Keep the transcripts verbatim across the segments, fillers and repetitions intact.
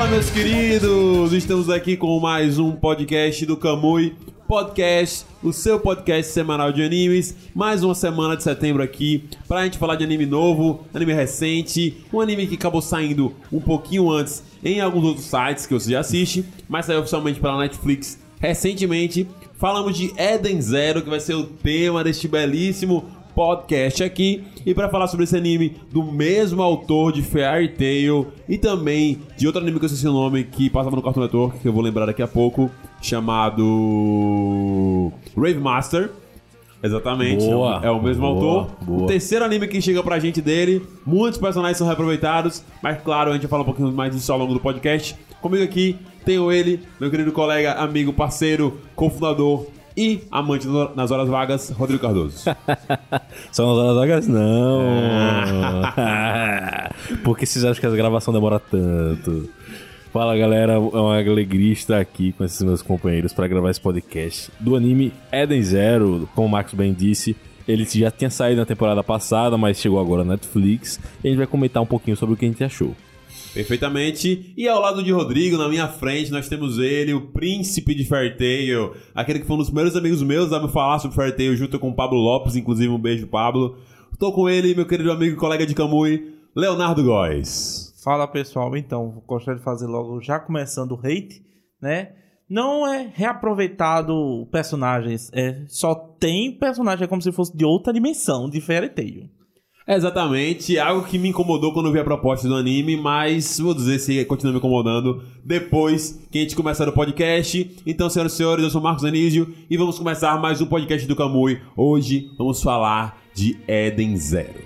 Fala, meus queridos! Estamos aqui com mais um podcast do Kamui Podcast, o seu podcast semanal de animes. Mais uma semana de setembro aqui pra gente falar de anime novo, anime recente, um anime que acabou saindo um pouquinho antes em alguns outros sites que você já assiste, mas saiu oficialmente pela Netflix recentemente. Falamos de Eden Zero, que vai ser o tema deste belíssimo podcast aqui. E para falar sobre esse anime do mesmo autor de Fairy Tail e também de outro anime que eu esqueci o nome, que passava no Cartoon Network, que eu vou lembrar daqui a pouco, chamado Rave Master. Exatamente, boa, é o mesmo boa, autor. Boa. O terceiro anime que chega pra gente dele. Muitos personagens são reaproveitados, mas claro, a gente vai falar um pouquinho mais disso ao longo do podcast. Comigo aqui tenho ele, meu querido colega, amigo, parceiro, cofundador e amante nas horas vagas, Rodrigo Cardoso. Só nas horas vagas não. Porque vocês acham que a gravação demora tanto? Fala, galera, é uma alegria estar aqui com esses meus companheiros para gravar esse podcast do anime Eden Zero. Como o Marcos bem disse, ele já tinha saído na temporada passada, mas chegou agora na Netflix. E a gente vai comentar um pouquinho sobre o que a gente achou. Perfeitamente. E ao lado de Rodrigo, na minha frente, nós temos ele, o príncipe de Fairy Tail, aquele que foi um dos primeiros amigos meus a me falar sobre Fairy Tail, junto com o Pablo Lopes, inclusive um beijo, Pablo. Tô com ele, meu querido amigo e colega de Kamui, Leonardo Góes. Fala, pessoal. Então, gostaria de fazer logo, já começando o hate, né? Não é reaproveitado personagens, é, só tem personagem, é como se fosse de outra dimensão, de Fairy Tail. Exatamente, algo que me incomodou quando eu vi a proposta do anime, mas vou dizer se continua me incomodando depois que a gente começar o podcast. Então, senhoras e senhores, eu sou Marcos Anísio e vamos começar mais um podcast do Kamui. Hoje vamos falar de Eden Zero.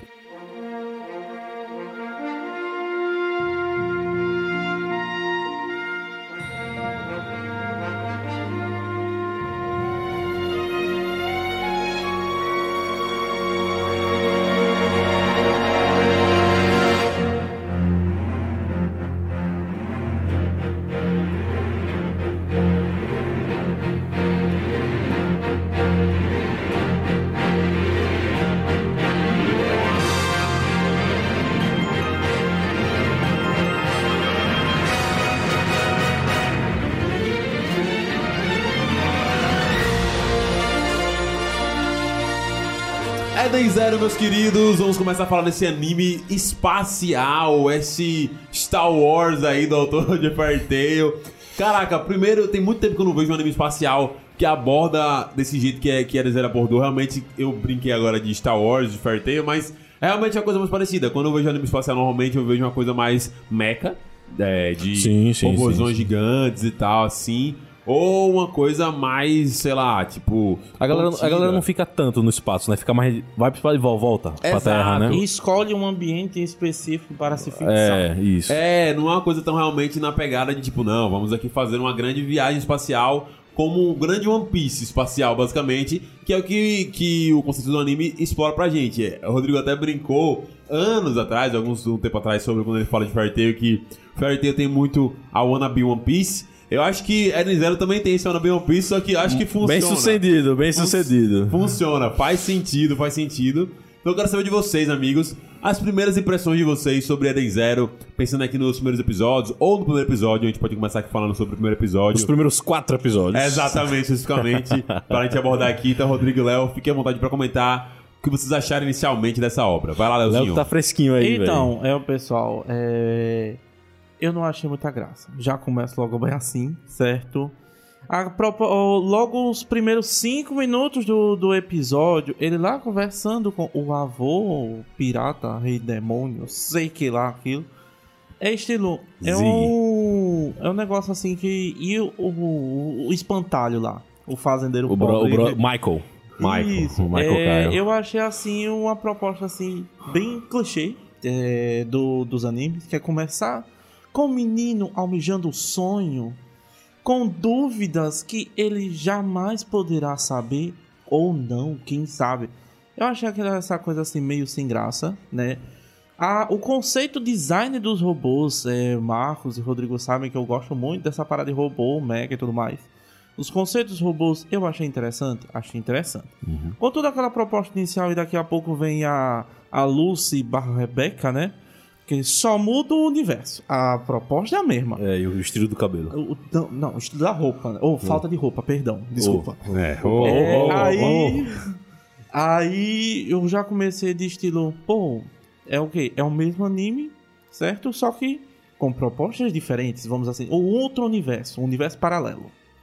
Eden Zero, meus queridos, vamos começar a falar desse anime espacial, esse Star Wars aí do autor de Fairy Tail. Caraca, primeiro, tem muito tempo que eu não vejo um anime espacial que aborda desse jeito que, é, que Eden Zero abordou. Realmente, eu brinquei agora de Star Wars, de Fairy Tail, mas realmente é uma coisa mais parecida. Quando eu vejo anime espacial, normalmente eu vejo uma coisa mais mecha, é, de sim, sim, robôzões sim, sim. gigantes e tal, assim. Ou uma coisa mais, sei lá, tipo... A galera, a galera não fica tanto no espaço, né? Fica mais... Vai pro espaço e volta pra Exato. Terra, né? E escolhe um ambiente específico para se fixar. É, isso. É, não é uma coisa tão realmente na pegada de tipo, não, vamos aqui fazer uma grande viagem espacial como um grande One Piece espacial, basicamente, que é o que, que o conceito do anime explora pra gente. O Rodrigo até brincou anos atrás, alguns um tempo atrás, sobre quando ele fala de Fairy Tail, que Fairy Tail tem muito a wannabe One Piece. Eu acho que Eden Zero também tem esse wannabe One Piece, só que acho que funciona. Bem sucedido, bem Fun- sucedido. Funciona, faz sentido, faz sentido. Então eu quero saber de vocês, amigos, as primeiras impressões de vocês sobre Eden Zero, pensando aqui nos primeiros episódios, ou no primeiro episódio, a gente pode começar aqui falando sobre o primeiro episódio. Os primeiros quatro episódios. Exatamente, especificamente, pra gente abordar aqui. Então, Rodrigo e Léo, fiquem à vontade pra comentar o que vocês acharam inicialmente dessa obra. Vai lá, Léozinho. Léo tá fresquinho aí, Então, véio. é o pessoal, é... eu não achei muita graça. Já começa logo bem assim, certo? A, logo os primeiros cinco minutos do, do episódio, ele lá conversando com o avô, o pirata, rei demônio, sei que lá aquilo. É estilo. É um, é um negócio assim que. E o, o, o espantalho lá, o fazendeiro o bro, pobre. O bro, Michael. Michael. Isso, o Michael é, Kyle. eu achei assim uma proposta assim, bem clichê é, do, dos animes, que é começar com o menino almejando o sonho, com dúvidas que ele jamais poderá saber, ou não, quem sabe. Eu achei aquela essa coisa assim meio sem graça, né? Ah, o conceito design dos robôs, é, Marcos e Rodrigo sabem que eu gosto muito dessa parada de robô, mecha e tudo mais. Os conceitos dos robôs eu achei interessante, achei interessante. Uhum. Com toda aquela proposta inicial e daqui a pouco vem a, a Lucy barra Rebecca, né? Porque só muda o universo. A proposta é a mesma. É, e o estilo do cabelo. O, o, não, não, o estilo da roupa. Né? Ou oh, falta de roupa, perdão. Desculpa. Oh, é, oh, é, oh, aí, oh. aí eu já comecei de estilo... Pô, é o quê? É o mesmo anime, certo? Só que com propostas diferentes, vamos assim. Ou outro universo, um universo paralelo.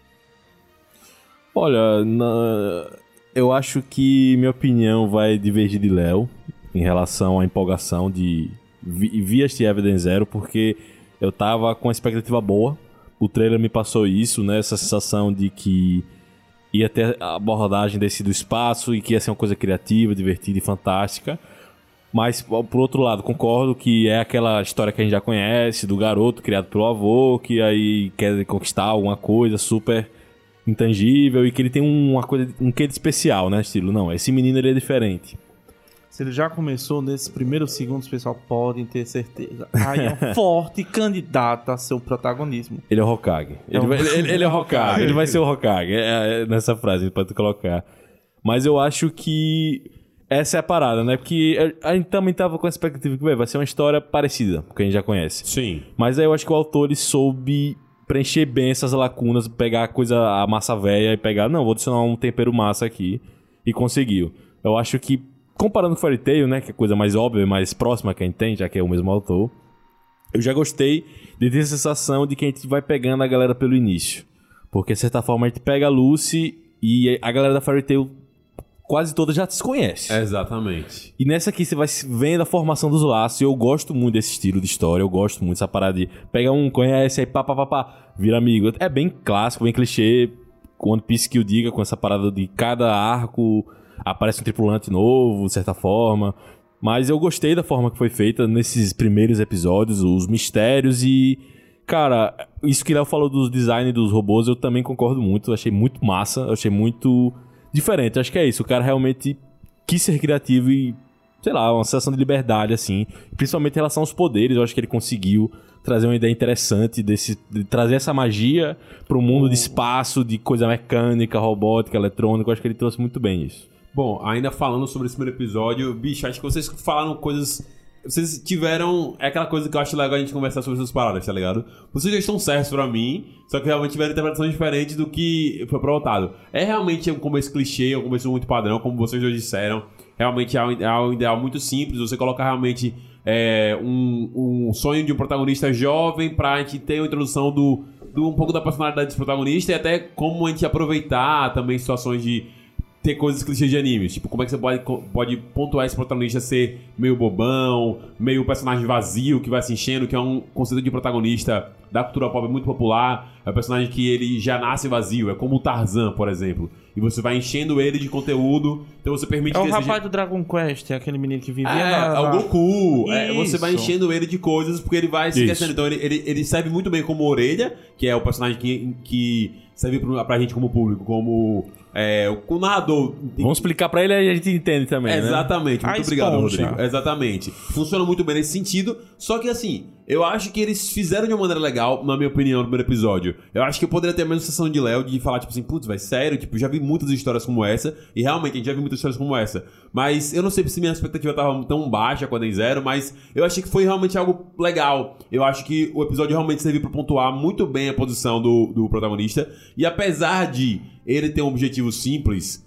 Olha, na... eu acho que minha opinião vai divergir de Léo em relação à empolgação de vi, vi este Eviden Zero, porque eu tava com a expectativa boa. O trailer me passou isso, né? Essa sensação de que ia ter a abordagem desse do espaço e que ia ser uma coisa criativa, divertida e fantástica. Mas, por outro lado, concordo que é aquela história que a gente já conhece, do garoto criado pelo avô, que aí quer conquistar alguma coisa super intangível e que ele tem uma coisa, um quê de especial, né, estilo? Não, esse menino ele é diferente. Se ele já começou nesses primeiros segundos, pessoal, podem ter certeza. Aí é um forte candidato a ser o protagonismo. Ele é o Hokage. Ele, É um... vai, ele, ele é o Hokage. Ele vai ser o Hokage. É, é nessa frase, pode colocar. Mas eu acho que essa é a parada, né? Porque a gente também tava com a expectativa que vai ser uma história parecida, porque a gente já conhece. Sim. Mas aí eu acho que o autor ele soube preencher bem essas lacunas, pegar a coisa, a massa velha e pegar, não, vou adicionar um tempero massa aqui. E conseguiu. Eu acho que comparando com Fairy Tail, né, que é a coisa mais óbvia, mais próxima que a gente tem, já que é o mesmo autor, eu já gostei de ter a sensação de que a gente vai pegando a galera pelo início. Porque, de certa forma, a gente pega a Lucy e a galera da Fairy Tail quase toda já se conhece. Exatamente. E nessa aqui você vai vendo a formação dos laços, e eu gosto muito desse estilo de história, eu gosto muito dessa parada de pega um, conhece, aí pá, pá, pá, pá, vira amigo. É bem clássico, bem clichê, One Piece que o diga, com essa parada de cada arco aparece um tripulante novo, de certa forma. Mas eu gostei da forma que foi feita nesses primeiros episódios, os mistérios e... Cara, isso que Léo falou dos design dos robôs, eu também concordo muito. Eu achei muito massa, eu achei muito diferente. Eu acho que é isso, o cara realmente quis ser criativo e, sei lá, uma sensação de liberdade, assim. Principalmente em relação aos poderes, eu acho que ele conseguiu trazer uma ideia interessante desse, de trazer essa magia para o mundo de espaço, de coisa mecânica, robótica, eletrônica. Eu acho que ele trouxe muito bem isso. Bom, ainda falando sobre esse primeiro episódio, bicho, acho que vocês falaram coisas... Vocês tiveram... É aquela coisa que eu acho legal a gente conversar sobre essas paradas, tá ligado? Vocês já estão certos pra mim, só que realmente tiveram interpretações diferentes do que foi provotado. É realmente um começo clichê, um começo muito padrão, como vocês já disseram. Realmente é um, é um ideal muito simples. Você coloca realmente é, um, um sonho de um protagonista jovem pra gente ter uma introdução do, do um pouco da personalidade desse protagonista e até como a gente aproveitar também situações de... ter coisas clichês de animes, tipo, como é que você pode, pode pontuar esse protagonista ser meio bobão, meio personagem vazio que vai se enchendo, que é um conceito de protagonista da cultura pop muito popular, é um personagem que ele já nasce vazio, é como o Tarzan, por exemplo, e você vai enchendo ele de conteúdo, então você permite é que o ele rapaz seja... do Dragon Quest, é aquele menino que vivia é, na... É o Goku, é, você vai Isso. enchendo ele de coisas porque ele vai se Isso. esquecendo, então ele, ele, ele serve muito bem como orelha, que é o personagem que, que serve pra, pra gente como público, como... É, o narrador... Vamos explicar pra ele e a gente entende também, é, né? Exatamente, muito A obrigado, esponja. Rodrigo. Exatamente. Funciona muito bem nesse sentido, só que assim, eu acho que eles fizeram de uma maneira legal, na minha opinião, no primeiro episódio. Eu acho que eu poderia ter a mesma sensação de Léo, de falar, tipo assim, putz, vai sério? Tipo, já vi muitas histórias como essa, e realmente, a gente já viu muitas histórias como essa. Mas eu não sei se minha expectativa tava tão baixa com a D Zero, mas eu achei que foi realmente algo legal. Eu acho que o episódio realmente serviu pra pontuar muito bem a posição do, do protagonista, e apesar de ele ter um objetivo simples,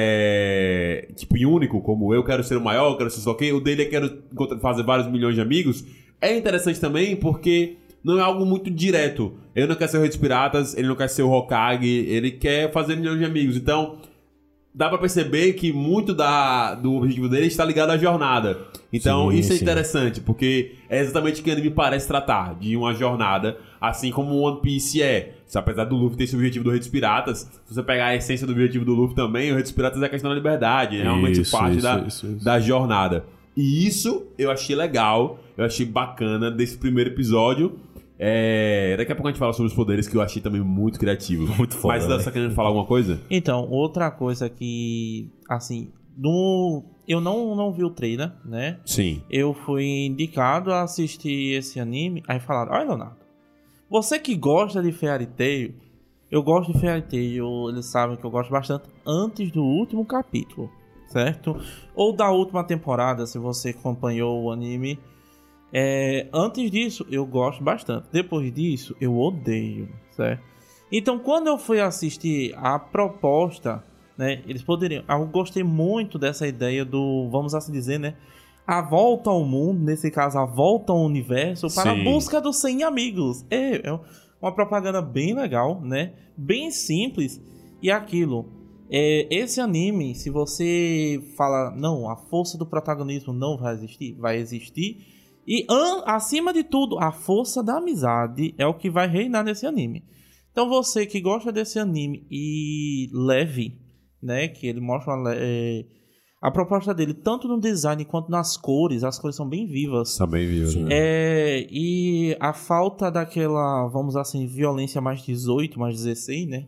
é, tipo, e único, como eu quero ser o maior, eu quero ser só quem, o dele é quero fazer vários milhões de amigos, é interessante também porque não é algo muito direto. Ele não quer ser o Rei dos Piratas, ele não quer ser o Hokage, ele quer fazer milhões de amigos. Então, dá pra perceber que muito da, do objetivo dele está ligado à jornada. Então, Sim, isso é sim. interessante, porque é exatamente o que o anime parece tratar, de uma jornada, assim como o One Piece é. Se, apesar do Luffy ter esse objetivo do Rei dos Piratas, se você pegar a essência do objetivo do Luffy também, o Rei dos Piratas é a questão da liberdade, é realmente Isso, parte isso, da, isso, isso. da jornada. E isso eu achei legal, eu achei bacana desse primeiro episódio. É... Daqui a pouco a gente fala sobre os poderes, que eu achei também muito criativo. Muito foda, Mas né? você tá querendo falar alguma coisa? Então, outra coisa que, assim, no... eu não, não vi o trailer, né? Sim. Eu fui indicado a assistir esse anime, aí falaram, olha, Leonardo, você que gosta de Fairy Tail, eu gosto de Fairy Tail, eles sabem que eu gosto bastante, antes do último capítulo, certo? Ou da última temporada, se você acompanhou o anime. É, antes disso, eu gosto bastante. Depois disso, eu odeio, certo? Então, quando eu fui assistir a proposta, né, eles poderiam... Eu gostei muito dessa ideia do, vamos assim dizer, né, a volta ao mundo, nesse caso, a volta ao universo, para Sim. a busca dos cem amigos. É, é uma propaganda bem legal, né? Bem simples. E aquilo, é, esse anime, se você fala, não, a força do protagonismo não vai existir, vai existir. E, an, acima de tudo, a força da amizade é o que vai reinar nesse anime. Então você que gosta desse anime e leve, né, que ele mostra uma, é, a proposta dele, tanto no design quanto nas cores, as cores são bem vivas. Tá bem vivo. É, e a falta daquela, vamos assim, violência mais dezoito, mais dezesseis, né?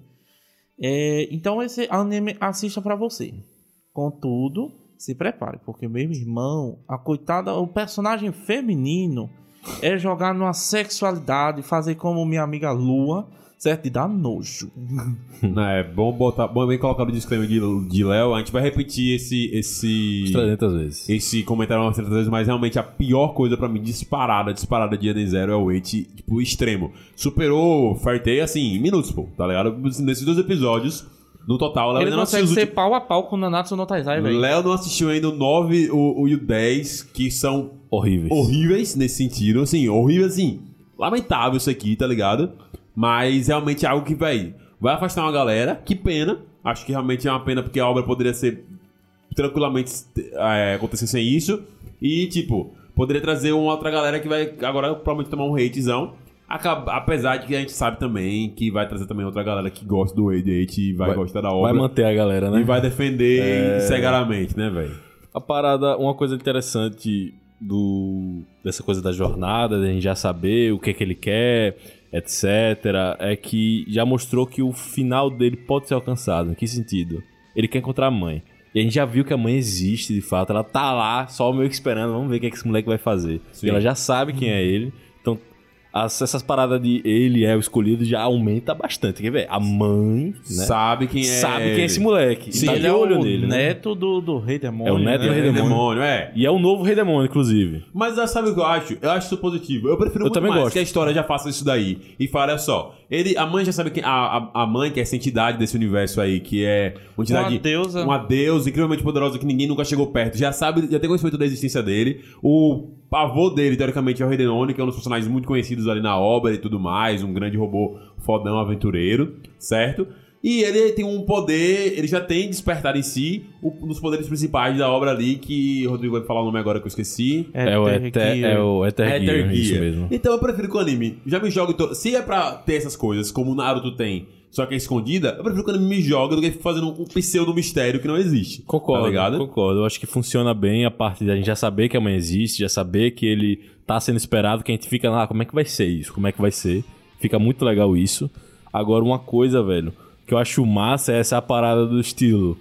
É, então esse anime assista pra você. Contudo, se prepare, porque meu irmão, a coitada, o personagem feminino é jogar numa sexualidade, fazer como minha amiga Lua, certo? De dar nojo. Não, é bom botar, bom bem colocar no disclaimer de, de Léo. A gente vai repetir esse esse trezentas vezes. esse comentário umas trezentas vezes, mas realmente a pior coisa pra mim, disparada, disparada de Eden Zero é o Wait, tipo, extremo. Superou Fairy Tail, assim, em minutos, pô, tá ligado? Nesses dois episódios, no total, Léo Ele ainda não consegue assistiu ser pau a pau com Nanatsu no Taizai, velho. Léo não assistiu ainda o nove o, o, e o dez, que são Horríveis. horríveis nesse sentido, assim, horrível, assim, lamentável isso aqui, tá ligado? Mas realmente é algo que, véi, vai afastar uma galera, que pena. Acho que realmente é uma pena porque a obra poderia ser tranquilamente é, acontecer sem isso. E, tipo, poderia trazer uma outra galera que vai agora provavelmente tomar um hatezão. Acaba, apesar de que a gente sabe também que vai trazer também outra galera que gosta do Age e vai, vai gostar da obra. Vai manter a galera, né? E vai defender é... cegaramente, né, velho? A parada, uma coisa interessante do dessa coisa da jornada, da gente já saber o que é que ele quer, etcétera, é que já mostrou que o final dele pode ser alcançado. Em que sentido? Ele quer encontrar a mãe. E a gente já viu que a mãe existe, de fato. Ela tá lá, só meio que esperando. Vamos ver o que, é que esse moleque vai fazer. E ela já sabe quem é ele. Então, as, essas paradas de ele é o escolhido já aumenta bastante. Quer ver? A mãe, né, sabe quem é sabe quem é esse moleque. Sim, E tá ele de é olho o nele, né? neto do, do Rei Demônio. É o neto né? do Rei Demônio. Demônio, é. E é o novo Rei Demônio, inclusive. Mas ah, sabe o que eu acho? Eu acho isso positivo. Eu prefiro Eu muito também mais gosto. que a história já faça isso daí. E fala, olha só, ele, a mãe já sabe quem... A, a, a mãe, que é essa entidade desse universo aí, que é uma entidade... Uma deusa. Uma deusa incrivelmente poderosa que ninguém nunca chegou perto. Já sabe, já tem conhecimento da existência dele. O avô dele, teoricamente, é o Rei Denone, que é um dos personagens muito conhecidos ali na obra e tudo mais. Um grande robô fodão, aventureiro, certo? E ele tem um poder, ele já tem despertado em si um dos poderes principais da obra ali, que o Rodrigo vai falar o nome agora que eu esqueci. É, o Eter, é o Eter Gear, Gear. isso mesmo. Então eu prefiro que o anime já me jogue... To... Se é pra ter essas coisas, como o Naruto tem, só que é escondida, eu prefiro que o anime me jogue do que fazendo um pseudo-mistério que não existe. Concordo, tá ligado? concordo. Eu acho que funciona bem a parte da gente já saber que a mãe existe, já saber que ele tá sendo esperado, que a gente fica lá, como é que vai ser isso? Como é que vai ser? Fica muito legal isso. Agora, uma coisa, velho, que eu acho massa é essa parada do estilo.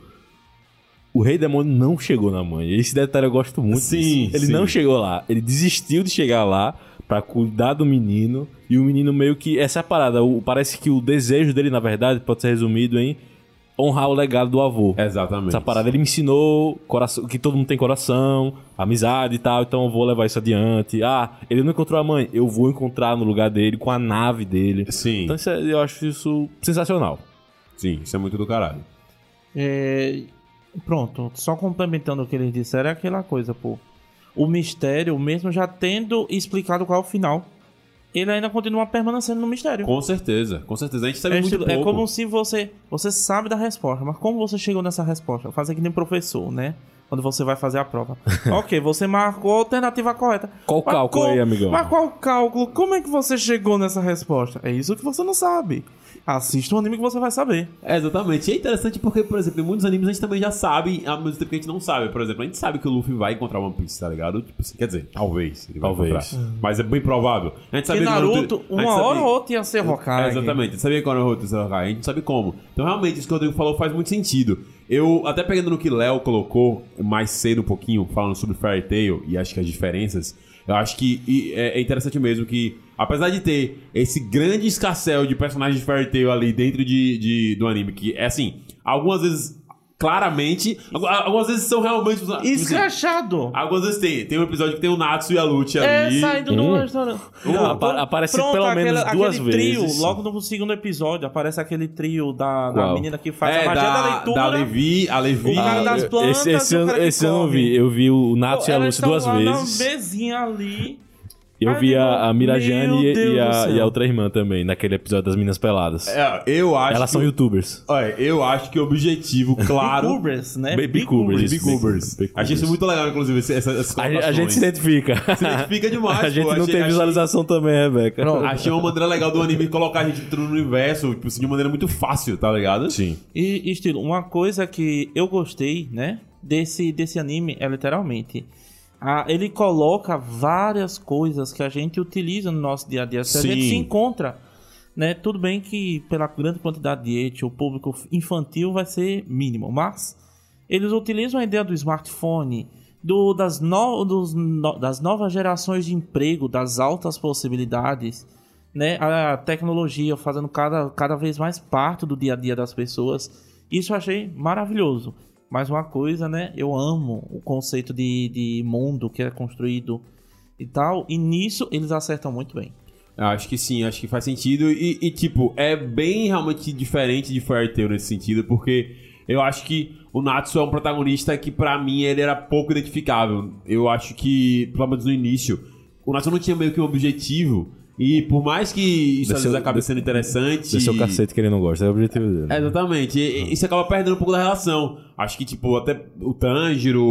O Rei Demônio não chegou na mãe. Esse detalhe eu gosto muito. Sim, disso. Ele sim. não chegou lá. Ele desistiu de chegar lá pra cuidar do menino. E o menino meio que... Essa é a parada. O, parece que o desejo dele, na verdade, pode ser resumido em honrar o legado do avô. Exatamente. Essa parada, ele me ensinou coração, que todo mundo tem coração, amizade e tal, então eu vou levar isso adiante. Ah, ele não encontrou a mãe, eu vou encontrar no lugar dele, com a nave dele. Sim. Então isso é, eu acho isso sensacional. Sim, isso é muito do caralho. É, pronto, só complementando o que eles disseram, é aquela coisa, pô. O mistério, mesmo já tendo explicado qual é o final, ele ainda continua permanecendo no mistério. Com certeza, com certeza. A gente sabe É, muito estilo- é pouco. como se você... Você sabe da resposta, mas como você chegou nessa resposta? Fazer que nem professor, né? Quando você vai fazer a prova. Ok, você marcou a alternativa correta. Qual Mas cálculo qual- aí, amigão? Mas qual cálculo? Como é que você chegou nessa resposta? É isso que você não sabe. Assista um anime que você vai saber. É, exatamente. E é interessante porque, por exemplo, em muitos animes a gente também já sabe, ao mesmo tempo que a gente não sabe. Por exemplo, a gente sabe que o Luffy vai encontrar One Piece, tá ligado? Tipo assim, quer dizer, talvez ele vai Talvez. encontrar. Mas é bem provável. A gente E sabia que Naruto, a gente uma hora sabia- ou outra ia ser Hokage. É, exatamente. A gente sabia que era Naruto ia ser Hokage, a gente não sabe como. Então, realmente, isso que o Rodrigo falou faz muito sentido. Eu, até pegando no que Léo colocou mais cedo um pouquinho, falando sobre Fairy Tail e acho que as diferenças, eu acho que e, é, é interessante mesmo que, apesar de ter esse grande escassel de personagens de Fairy Tail ali dentro de, de, do anime, que é assim, algumas vezes claramente. Algumas vezes são realmente... Escrachado. Algumas vezes tem. Tem um episódio que tem o Natsu e a Lute É, ali. saindo do Hum. restaurante. Não, apa- aparece Pronto, pelo aquele, menos duas aquele trio, vezes. logo no segundo episódio, aparece aquele trio da, da Qual? menina que faz É, a magia da, da, leitura. da Levi, a Levi. O cara das plantas esse esse, e o eu, cara que esse eu não come. vi. Eu vi o Natsu e a Elas Lucy estão duas lá vezes. na mesinha ali. Eu Ai, vi a, a meu Mirajane e, Deus e do a, céu. e a outra irmã também, naquele episódio das Minas Peladas. É, eu acho Elas que, são youtubers. Olha, eu acho que o objetivo, claro... Bicubers, né? Baby Cubers, Baby isso. Coopers. Baby Achei isso Coopers. muito legal, inclusive, essa, essa, essas A, a colocações. gente se identifica. Se identifica demais, A gente pô. não Achei- tem achei- visualização também, Rebeca. Pronto. Achei uma maneira legal do anime colocar a gente dentro do universo, tipo assim, de uma maneira muito fácil, tá ligado? Sim. E, estilo, uma coisa que eu gostei, né, desse, desse anime é literalmente... Ah, ele coloca várias coisas que a gente utiliza no nosso dia a dia. Se a Sim. gente se encontra, né? Tudo bem que pela grande quantidade de hate, o público infantil vai ser mínimo, mas eles utilizam a ideia do smartphone, do, das, no, dos, no, das novas gerações de emprego, das altas possibilidades, né? A tecnologia fazendo cada, cada vez mais parte do dia a dia das pessoas. Isso eu achei maravilhoso. Mas uma coisa, né? Eu amo o conceito de, de mundo que é construído e tal. E nisso eles acertam muito bem. Eu acho que sim, acho que faz sentido. E, e, tipo, é bem realmente diferente de Fairy Tail nesse sentido, porque eu acho que o Natsu é um protagonista que, pra mim, ele era pouco identificável. Eu acho que, pelo menos no início, o Natsu não tinha meio que um objetivo. E por mais que isso às Desceu- vezes acabe sendo interessante... Esse é o cacete que ele não gosta, é o objetivo dele. É, exatamente. E, e isso acaba perdendo um pouco da relação. Acho que, tipo, até o Tanjiro,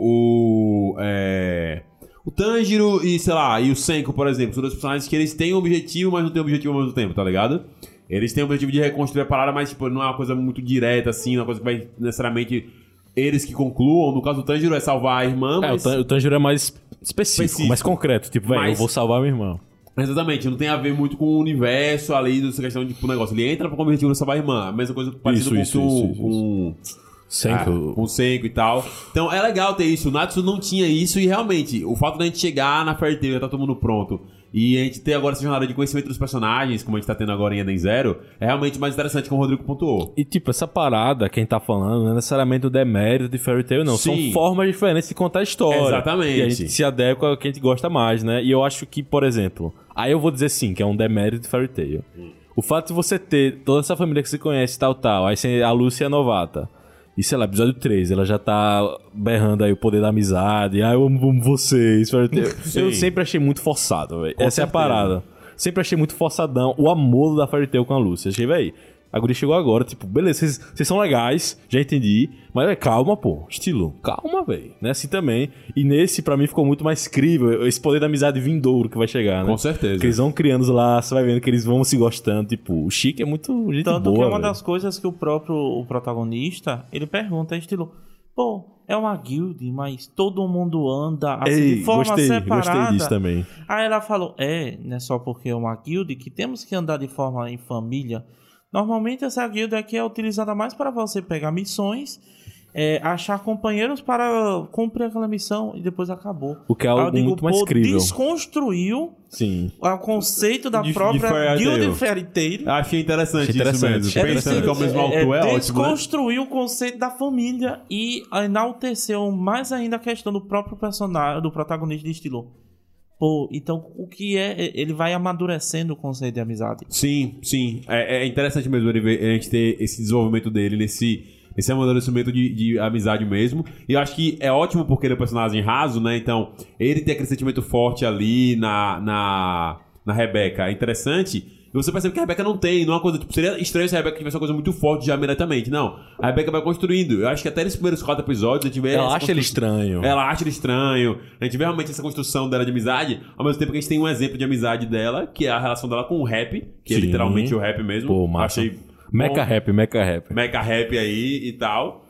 o... É... O Tanjiro e, sei lá, e o Senko, por exemplo, são dois personagens que eles têm um objetivo, mas não têm objetivo ao mesmo tempo, tá ligado? Eles têm o objetivo de reconstruir a parada, mas, tipo, não é uma coisa muito direta, assim, não é uma coisa que vai necessariamente eles que concluam. No caso do Tanjiro é salvar a irmã, É, mas... o Tan- o Tanjiro é mais específico, Específico. mais concreto. Tipo, velho, Mas- eu vou salvar meu irmão. Exatamente, não tem a ver muito com o universo ali, dessa questão de tipo, negócio. Ele entra pra o objetivo de salvar a irmã, a mesma coisa parecida com, isso, com, isso, isso. com, Senko. ah, com o Senko e tal. Então é legal ter isso. O Natsu não tinha isso e realmente, o fato da gente chegar na Fairy Tail e tá todo mundo pronto e a gente ter agora essa jornada de conhecimento dos personagens, como a gente tá tendo agora em Eden Zero, é realmente mais interessante, como o Rodrigo pontuou. E, tipo, essa parada, quem tá falando, não é necessariamente o demérito de Fairy Tail, não. Sim. São formas diferentes de contar a história. Exatamente. E a gente se adequa ao que a gente gosta mais, né? E eu acho que, por exemplo... Aí eu vou dizer sim, que é um demérito de Fairy Tail. Hum. O fato de você ter toda essa família que você conhece, tal, tal. Aí a Lucy é novata. E, sei lá, episódio três, ela já tá berrando aí o poder da amizade. Ah, eu amo vocês. Fairy Tail. Eu sempre achei muito forçado, velho. Essa certeza. é a parada. Sempre achei muito forçadão o amor da Fairy Tail com a Lucy. Achei, velho... A guria chegou agora, tipo, beleza, vocês, vocês são legais, já entendi, mas véio, calma, pô, estilo, calma, velho, né, assim também. E nesse, pra mim, ficou muito mais crível, esse poder da amizade vindouro que vai chegar, né? Com certeza. Que eles vão criando os laços, vai vendo que eles vão se gostando, tipo, o Chique é muito gente Tanto boa, que é uma véio. das coisas que o próprio o protagonista, ele pergunta, estilo, pô, é uma guild, mas todo mundo anda assim, Ei, de forma gostei, separada. gostei disso também. Aí ela falou, é, não é só porque é uma guild que temos que andar de forma em família. Normalmente essa guild aqui é utilizada mais para você pegar missões, é, achar companheiros para cumprir aquela missão e depois acabou. O que é Aí eu algo digo, muito mais pô, crível. desconstruiu Sim. o conceito da De- de própria Fairy guild Tail. Fairy Tail. Achei interessante, Achei interessante. isso mesmo. É Pensando que ao mesmo autor é, ótimo, né? Desconstruiu o conceito da família e enalteceu mais ainda a questão do próprio personagem, do protagonista de estilo. Pô, então o que é? Ele vai amadurecendo o conceito de amizade. Sim, sim. É, é interessante mesmo ele ver, a gente ter esse desenvolvimento dele nesse, nesse amadurecimento de, de amizade mesmo. E eu acho que é ótimo porque ele é um personagem raso, né? Então, ele tem aquele sentimento forte ali na, na, na Rebeca. É interessante. E você percebe que a Rebeca não tem, não é uma coisa, tipo, seria estranho se a Rebeca tivesse uma coisa muito forte já imediatamente. Não, a Rebeca vai construindo. Eu acho que até nesses primeiros quatro episódios a gente vê... Ela essa acha ele constru- estranho. Ela acha ele estranho. A gente vê realmente essa construção dela de amizade, ao mesmo tempo que a gente tem um exemplo de amizade dela, que é a relação dela com o rap, que é Sim. literalmente o rap mesmo. Pô, massa. Achei Mecha bom. Rap, Mecha Rap. Mecha Rap aí e tal.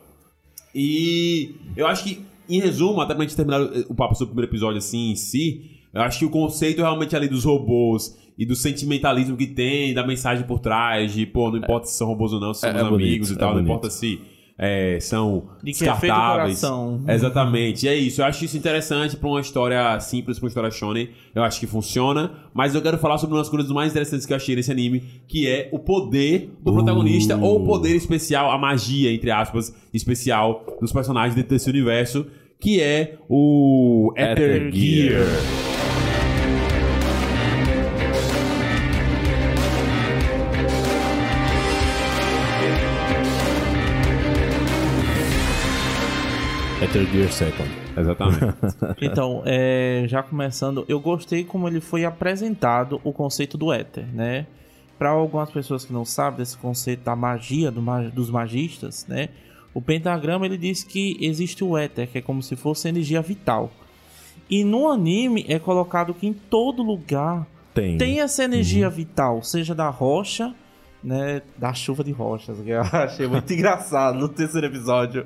E eu acho que, em resumo, até pra gente terminar o papo sobre o primeiro episódio assim em si, eu acho que o conceito realmente ali dos robôs e do sentimentalismo que tem, da mensagem por trás, de, pô, não importa se são robôs ou não, se são É- meus é bonito, amigos e é tal, não bonito. importa se é, são De que é feito o descartáveis. coração. Exatamente, e é isso. Eu acho isso interessante pra uma história simples, pra uma história shonen. Eu acho que funciona, mas eu quero falar sobre uma das coisas mais interessantes que eu achei nesse anime, que é o poder do protagonista, Uh. ou o poder especial, a magia, entre aspas, especial dos personagens dentro desse universo, que é o Ether Ether Gear. Gear. Ether Gear Second. Exatamente. Então, é, já começando, eu gostei como ele foi apresentado o conceito do éter, né? Para algumas pessoas que não sabem desse conceito da magia do, dos magistas, né? O pentagrama ele diz que existe o éter, que é como se fosse energia vital. E no anime é colocado que em todo lugar Tem. tem essa energia uhum. vital, seja da rocha, né? Da chuva de rochas, que eu achei muito engraçado no terceiro episódio.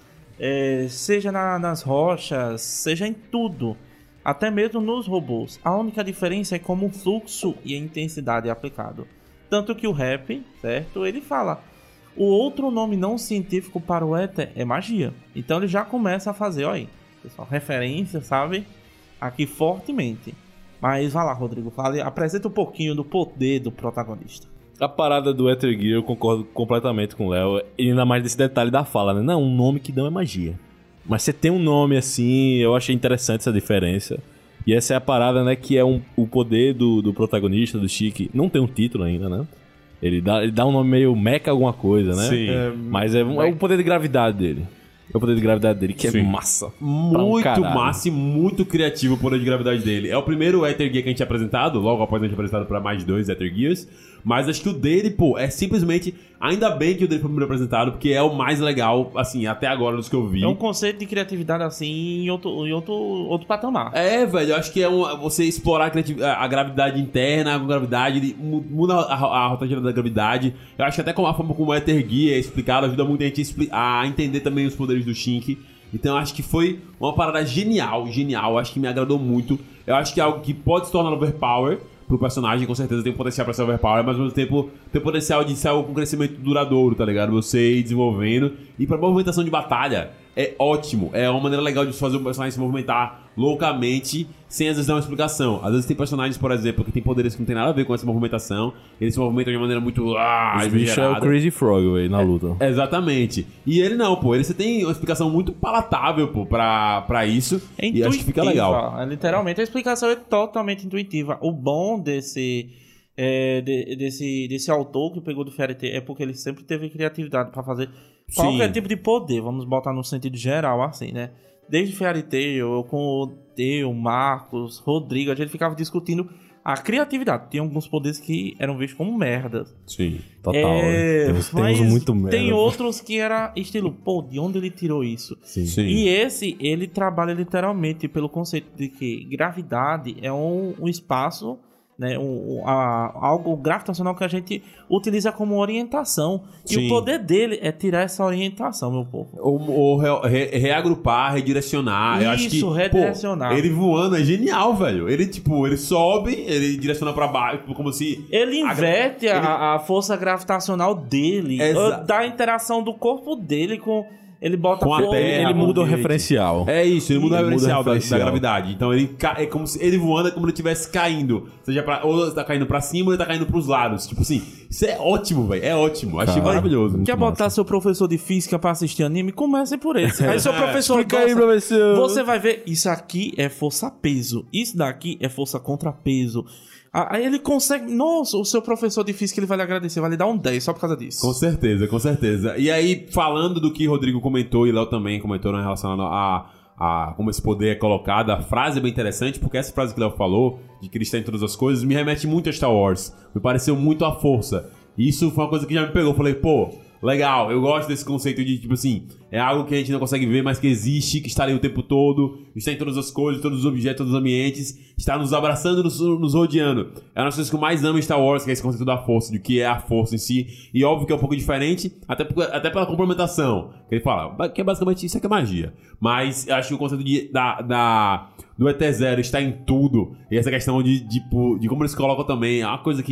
É, seja na, nas rochas, seja em tudo, até mesmo nos robôs. A única diferença é como o fluxo e a intensidade é aplicado. Tanto que o rap, certo? Ele fala, o outro nome não científico para o éter é magia. Então ele já começa a fazer, olha aí, pessoal, referência, sabe? Aqui fortemente. Mas vai lá, Rodrigo, fale, apresenta um pouquinho do poder do protagonista. A parada do Ether Gear, eu concordo completamente com o Léo. E ainda mais desse detalhe da fala, né? Não, um nome que não é magia. Mas você tem um nome assim, eu achei interessante essa diferença. E essa é a parada, né? Que é um, o poder do, do protagonista, do Chique. Não tem um título ainda, né? Ele dá, ele dá um nome meio mecha alguma coisa, né? Sim. É, mas é, é o poder de gravidade dele. É o poder de gravidade dele, que Sim. é massa. Muito um massa e muito criativo o poder de gravidade dele. É o primeiro Ether Gear que a gente é apresentado, logo após a gente é apresentado pra mais dois Ether Gears. Mas acho que o dele, pô, é simplesmente... Ainda bem que o dele foi o primeiro apresentado, porque é o mais legal, assim, até agora dos que eu vi. É um conceito de criatividade, assim, em outro, em outro, outro patamar. É, velho, eu acho que é um, você explorar a, criativ- a gravidade interna, a gravidade, muda a, a, a rotativa da gravidade. Eu acho que até com a forma como o Ether Gear é explicado, ajuda muito a gente expli- a entender também os poderes do Shinki. Então eu acho que foi uma parada genial, genial, eu acho que me agradou muito. Eu acho que é algo que pode se tornar overpower pro personagem, com certeza tem potencial pra ser overpower, mas ao mesmo tempo tem potencial de ser algo com crescimento duradouro, tá ligado? Você ir desenvolvendo. E pra movimentação de batalha, é ótimo. É uma maneira legal de fazer o personagem se movimentar loucamente, sem às vezes dar uma explicação. Às vezes tem personagens, por exemplo, que tem poderes que não tem nada a ver com essa movimentação. Eles se movimentam de uma maneira muito... Ah, Esse bicho é o Crazy Frog, véio, na luta. É, exatamente. E ele não, pô. Ele você tem uma explicação muito palatável, pô, pra, pra isso. É e acho que fica legal. É, literalmente, a explicação é totalmente intuitiva. O bom desse... É, de, desse, desse autor que pegou do Fairy Tail é porque ele sempre teve criatividade pra fazer Sim. qualquer tipo de poder, vamos botar no sentido geral assim, né? Desde Fairy Tail, com o Teu, Marcos, Rodrigo, a gente ficava discutindo a criatividade. Tem alguns poderes que eram vistos como merdas. Sim. Total. É, né? Temos, mas temos muito merda. tem outros que era estilo, pô, de onde ele tirou isso? Sim. Sim. E esse, ele trabalha literalmente pelo conceito de que gravidade é um, um espaço, né, um, um, a, algo gravitacional que a gente utiliza como orientação. Sim. E o poder dele é tirar essa orientação, meu povo. Ou, ou re, re, reagrupar, redirecionar. Eu acho que, Isso, redirecionar. Pô, ele voando é genial, velho. Ele, tipo, ele sobe, ele direciona pra baixo, como se... Ele inverte a, a, ele... a força gravitacional dele, Exa... da interação do corpo dele com... Ele bota com a fogo, terra, ele muda o direito. referencial. É isso, ele muda, Ele o, referencial muda o da- referencial. Da, gravidade. Então ele ca- é como se ele voando é como se ele estivesse caindo. Seja pra, ou ele tá caindo pra cima ou ele tá caindo pros lados. Tipo assim, isso é ótimo, velho. É ótimo. Achei Cara, maravilhoso. Quer Muito botar massa. seu professor de física pra assistir anime? Comece por esse. Aí seu professor Explica aí, gosta, professor. você vai ver, isso aqui é força-peso, isso daqui é força-contrapeso. Aí ele consegue... Nossa, o seu professor de física ele vai lhe agradecer, vai lhe dar um dez só por causa disso. Com certeza, com certeza. E aí, falando do que Rodrigo comentou e Léo também comentou em relação a, a como esse poder é colocado, a frase é bem interessante, porque essa frase que o Léo falou, de que ele está em todas as coisas, me remete muito a Star Wars. Me pareceu muito a força. E isso foi uma coisa que já me pegou. Eu falei, pô, legal, eu gosto desse conceito de, tipo assim, é algo que a gente não consegue ver, mas que existe, que está ali o tempo todo, está em todas as coisas, todos os objetos, todos os ambientes, está nos abraçando, nos, nos rodeando. É uma das coisas que eu mais amo em Star Wars, que é esse conceito da força, de que é a força em si. E óbvio que é um pouco diferente, até, por, até pela complementação. Que ele fala, que é basicamente isso aqui é magia. Mas eu acho que o conceito de, da, da, do E T Zero está em tudo, e essa questão de, de, de como eles colocam também, é uma coisa que...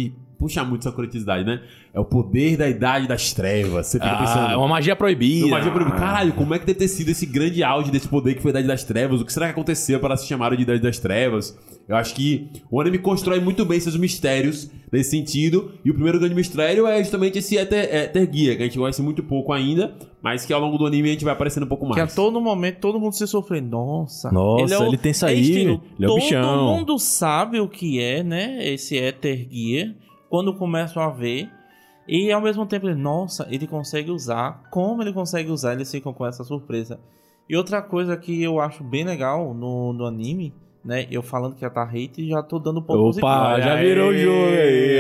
puxa muito essa curiosidade, né? É o poder da idade das trevas. Você fica Ah, pensando... é uma magia proibida. Uma magia proibida. Caralho, como é que deve ter sido esse grande auge desse poder que foi a Idade das Trevas? O que será que aconteceu para se chamar de Idade das Trevas? Eu acho que o anime constrói muito bem seus mistérios nesse sentido. E o primeiro grande mistério é justamente esse Ether, Ether Gear, que a gente conhece muito pouco ainda, mas que ao longo do anime a gente vai aparecendo um pouco mais. Que a todo momento todo mundo se sofre. Nossa, Nossa, ele, é o, ele tem isso é aí. estilo, Ele é o todo bichão. mundo sabe o que é, né? Esse Ether Gear. Quando começam a ver. E ao mesmo tempo, ele, nossa, ele consegue usar. Como ele consegue usar, eles ficam com essa surpresa. E outra coisa que eu acho bem legal no, no anime, né? Eu falando que ia estar hate, já tô dando um pouco Opa, já virou o jogo aí.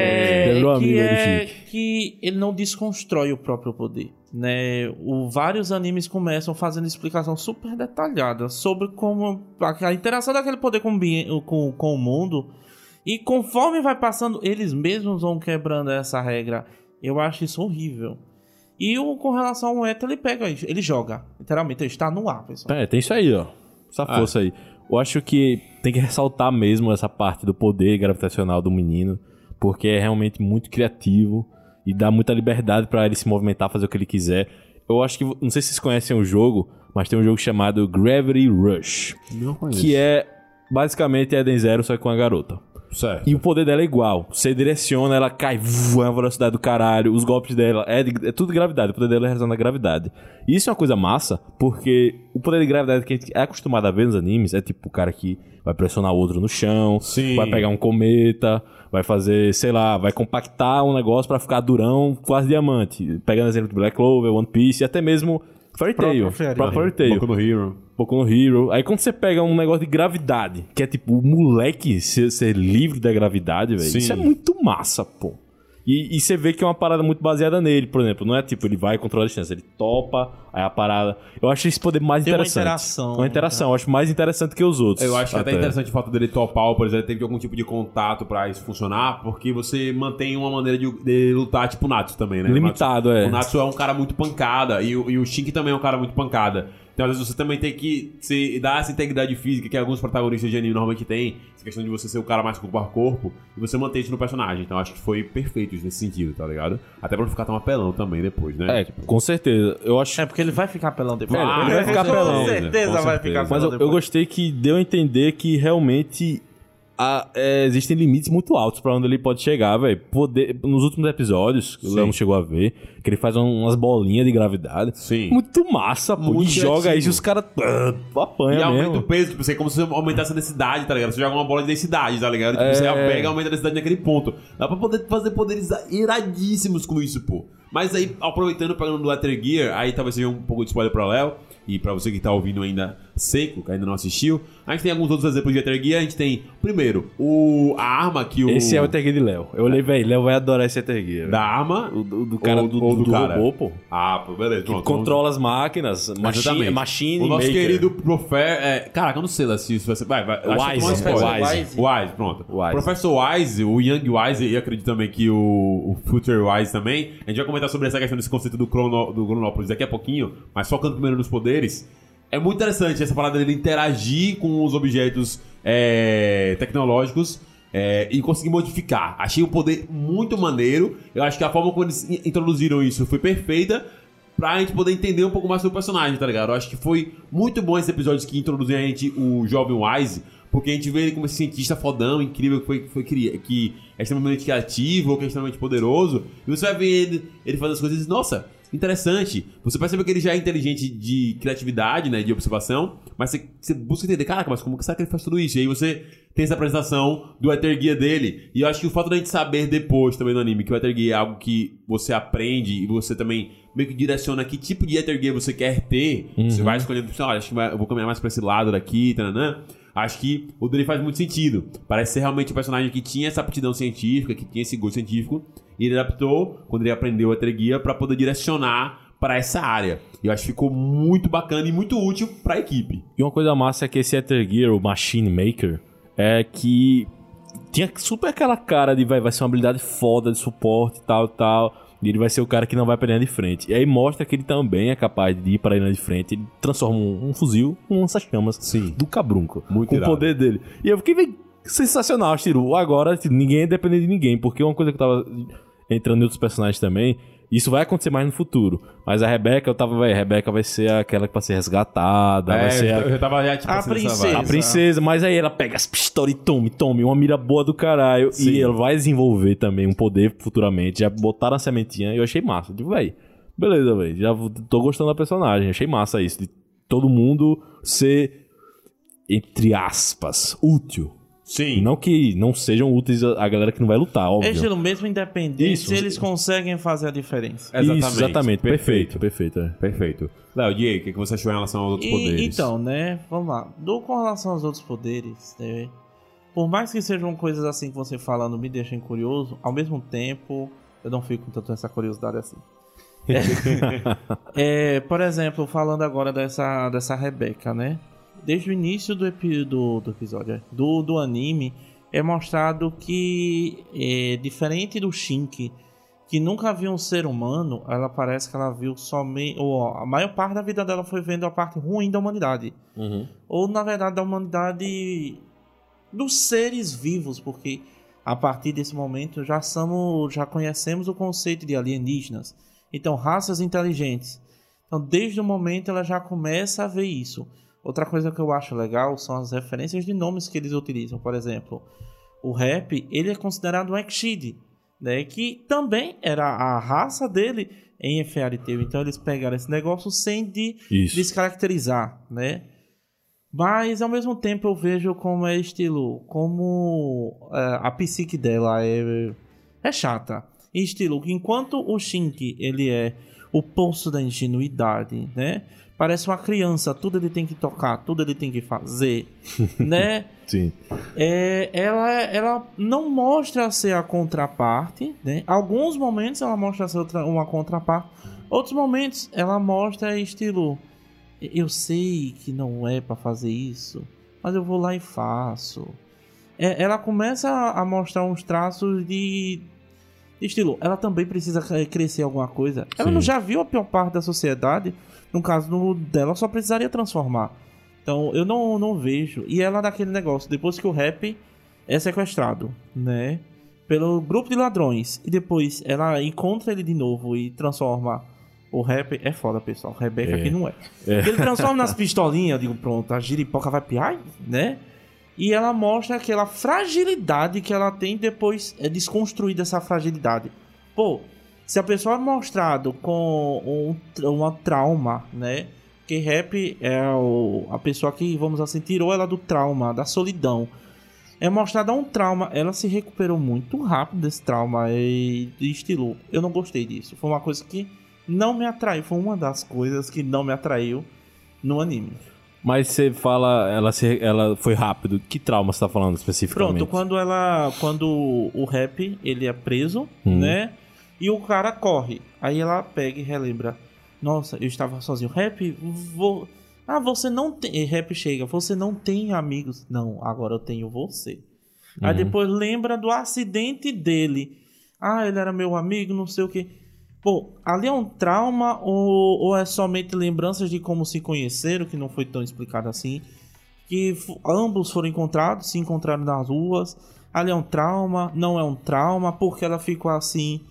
É, Lembrou que, amigo aí do é Chico. que ele não desconstrói o próprio poder, né? O, vários animes começam fazendo explicação super detalhada sobre como a, a interação daquele poder com, o ambi- com, com o mundo. E conforme vai passando, eles mesmos vão quebrando essa regra. Eu acho isso horrível. E o, com relação ao Ether, ele pega, ele joga. Literalmente, ele está no ar, pessoal. É, tem isso aí, ó. Essa Ah. força aí. Eu acho que tem que ressaltar mesmo essa parte do poder gravitacional do menino, porque é realmente muito criativo e dá muita liberdade pra ele se movimentar, fazer o que ele quiser. Eu acho que, não sei se vocês conhecem o jogo, mas tem um jogo chamado Gravity Rush, Não conheço. que é basicamente Eden Zero, só que com a garota. Certo. E o poder dela é igual. Você direciona, ela cai, voa a velocidade do caralho. Os golpes dela é, de- é tudo gravidade. O poder dela é relacionado à gravidade. E isso é uma coisa massa, porque o poder de gravidade que a gente é acostumado a ver nos animes é tipo o cara que vai pressionar o outro no chão, Sim. vai pegar um cometa, vai fazer, sei lá, vai compactar um negócio pra ficar durão, quase diamante. Pegando exemplo do Black Clover, One Piece e até mesmo Fairy Tail. Próprio Fairy Próprio Fairy Tail. Boku no Hero. Boku no Hero. Aí quando você pega um negócio de gravidade, que é tipo o moleque ser, ser livre da gravidade, velho. Sim. Isso é muito massa, pô. E, e você vê que é uma parada muito baseada nele, por exemplo. Não é tipo, ele vai e controla a distância, ele topa, aí a parada... Eu acho esse poder mais Tem uma interessante. interação, Uma interação, eu acho mais interessante que os outros. Eu acho que até interessante o fato dele topar, por exemplo, teve algum tipo de contato pra isso funcionar, porque você mantém uma maneira de, de lutar tipo o Natsu também, né? Limitado, o Natsu, é. O Natsu é um cara muito pancada, e, o- e o Shinki também é um cara muito pancada. Então, às vezes, você também tem que se, dar essa integridade física que alguns protagonistas de anime normalmente têm, essa questão de você ser o cara mais corpo a corpo, e você manter isso no personagem. Então, acho que foi perfeito isso nesse sentido, tá ligado? Até pra não ficar tão apelão também depois, né? É, com certeza. Eu acho... É porque ele vai ficar pelão depois. Velho, ele vai ficar com pelão. certeza Com vai certeza. ficar pelão Mas eu, eu depois. gostei que deu a entender que realmente a- é, existem limites muito altos pra onde ele pode chegar, velho. Poder- Nos últimos episódios, que o Sim. Léo chegou a ver, que ele faz um- umas bolinhas de gravidade. Sim. Muito massa, pô. Muito E joga criativo. isso e os caras ah, apanham E aumenta mesmo. o peso, tipo, você é como se você aumentasse a densidade, tá ligado? Você joga uma bola de densidade, tá ligado? Tipo, É. você pega e aumenta a densidade naquele ponto. Dá pra poder fazer poderes iradíssimos com isso, pô. Mas aí, aproveitando, pegando do Letter Gear, aí talvez seja um pouco de spoiler pra Léo, e pra você que tá ouvindo ainda seco, que ainda não assistiu, a gente tem alguns outros exemplos de Letter Gear. A gente tem, primeiro, o, a arma que o... Esse é o Ether Gear de Léo. Eu olhei, velho, Léo vai adorar esse Ether Gear. Da arma... O do, do cara ou- do, ou do, do cara. robô, pô. Ah, pô, beleza. Pronto, Controla as máquinas, machine, Exatamente. machine O nosso maker. querido Profer... É, caraca, eu não sei lá se isso vai ser... Vai, vai. acho que Wise, não é spoiler. Wise. Wise. Wise, pronto. Wise. Professor Wise, o Young Wise, e acredito também que o, o Future Wise também. A gente vai comentar sobre essa questão desse conceito do, crono, do Chronópolis daqui a pouquinho, mas focando primeiro nos poderes. É muito interessante essa parada dele interagir com os objetos é, tecnológicos é, e conseguir modificar. Achei um poder muito maneiro. Eu acho que a forma como eles in- introduziram isso foi perfeita pra gente poder entender um pouco mais sobre o personagem, tá ligado? Eu acho que foi muito bom esses episódios que introduzem a gente o jovem Wise, porque a gente vê ele como esse cientista fodão, incrível, que foi, foi cria- que é extremamente criativo, que é extremamente poderoso, e você vai ver ele, ele fazer as coisas e diz, nossa, interessante. Você percebe que ele já é inteligente de criatividade, né, de observação, mas você, você busca entender, caraca, mas como que será que ele faz tudo isso? E aí você tem essa apresentação do Ether Gear dele, e eu acho que o fato da gente saber depois também no anime que o Ether Gear é algo que você aprende e você também meio que direciona que tipo de Ether Gear você quer ter, você vai escolhendo, olha, acho que vai- eu vou caminhar mais pra esse lado daqui, tananã. Acho que o dele faz muito sentido. Parece ser realmente um personagem que tinha essa aptidão científica, que tinha esse gosto científico, e ele adaptou, quando ele aprendeu o Ether Gear, pra poder direcionar pra essa área. E eu acho que ficou muito bacana e muito útil pra equipe. E uma coisa massa é que esse Ether Gear, o Machine Maker, é que tinha super aquela cara de vai, vai ser uma habilidade foda de suporte e tal, tal. E ele vai ser o cara que não vai pra linha de frente. E aí mostra que ele também é capaz de ir pra linha de frente. Ele transforma um, um fuzil em um lança-chamas Sim. do cabrunco. Muito com o irado. poder dele. E eu fiquei, velho, sensacional, estilo. Agora, tipo, ninguém é dependente de ninguém, porque uma coisa que eu tava entrando em outros personagens também, isso vai acontecer mais no futuro. Mas a Rebeca, eu tava, velho, a Rebeca vai ser aquela que vai ser resgatada, É, vai ser a, eu tava já, tipo, A assim, nessa princesa. vibe. a princesa, mas aí ela pega as pistolas e tome, tome, uma mira boa do caralho. Sim. E ela vai desenvolver também um poder futuramente. Já botaram a sementinha e eu achei massa. Tipo, velho, beleza, velho, já tô gostando da personagem. Achei massa isso, de todo mundo ser, entre aspas, útil. Sim. Não que não sejam úteis a a galera que não vai lutar, É óbvio. estilo mesmo independente, Isso. se eles conseguem fazer a diferença. Exatamente. Isso, exatamente. Perfeito. Perfeito, perfeito. é. Perfeito. Léo, Diego, o que que você achou em relação aos outros E, poderes? então, né, vamos lá. Do, com relação aos outros poderes, né, por mais que sejam coisas assim que você falando me deixem curioso, ao mesmo tempo eu não fico com tanta essa curiosidade assim. É, por exemplo, falando agora dessa, dessa Rebeca, né? Desde o início do, epi, do, do episódio, é, do, do anime, é mostrado que, é, diferente do Shinki, que nunca viu um ser humano, ela parece que ela viu somente. Ou a maior parte da vida dela foi vendo a parte ruim da humanidade. Uhum. Ou, na verdade, da humanidade dos seres vivos, porque a partir desse momento já, somos, já conhecemos o conceito de alienígenas. Então, raças inteligentes. Então, desde o momento ela já começa a ver isso. Outra coisa que eu acho legal são as referências de nomes que eles utilizam. Por exemplo, o Rap, ele é considerado um Exide, né? Que também era a raça dele em Fairy Tail. Então, eles pegaram esse negócio sem de Isso. descaracterizar, né? Mas, ao mesmo tempo, eu vejo como é estilo... Como é, a psique dela é, é chata. E estilo, enquanto o Shinki, ele é o poço da ingenuidade, né? Parece uma criança, tudo ele tem que tocar, tudo ele tem que fazer, né? Sim. É, ela, ela não mostra ser a contraparte, né? Alguns momentos ela mostra ser outra, uma contraparte. Outros momentos ela mostra estilo... Eu sei que não é pra fazer isso, mas eu vou lá e faço. É, ela começa a mostrar uns traços de... Estilo, ela também precisa crescer alguma coisa. Ela Sim. não já viu a pior parte da sociedade. No caso no dela, só precisaria transformar. Então, eu não, não vejo. E ela naquele negócio, depois que o Rap é sequestrado, né? Pelo grupo de ladrões. E depois ela encontra ele de novo e transforma o Rap. É foda, pessoal. Rebeca É. aqui não é. É. Ele transforma nas pistolinhas. Eu digo, pronto, a giripoca vai piar, né? E ela mostra aquela fragilidade que ela tem, depois é desconstruída essa fragilidade. Pô, se a pessoa é mostrado com um, uma trauma, né? Que Rap é o, a pessoa que, vamos assim, tirou ela do trauma, da solidão. É mostrado um trauma, ela se recuperou muito rápido desse trauma e de estilo. Eu não gostei disso. Foi uma coisa que não me atraiu. Foi uma das coisas que não me atraiu no anime. Mas você fala, ela, se, ela foi rápido. Que trauma você tá falando especificamente? Pronto, quando ela. Quando o Rap ele é preso, Hum. né? E o cara corre. Aí ela pega e relembra. Nossa, eu estava sozinho. Rap, vou. Ah, você não tem. E Rap chega, você não tem amigos. Não, agora eu tenho você. Uhum. Aí depois lembra do acidente dele. Ah, ele era meu amigo, não sei o que. Pô, ali é um trauma ou, ou é somente lembranças de como se conheceram, que não foi tão explicado assim? Que f- ambos foram encontrados, se encontraram nas ruas. Ali é um trauma, não é um trauma, porque ela ficou assim,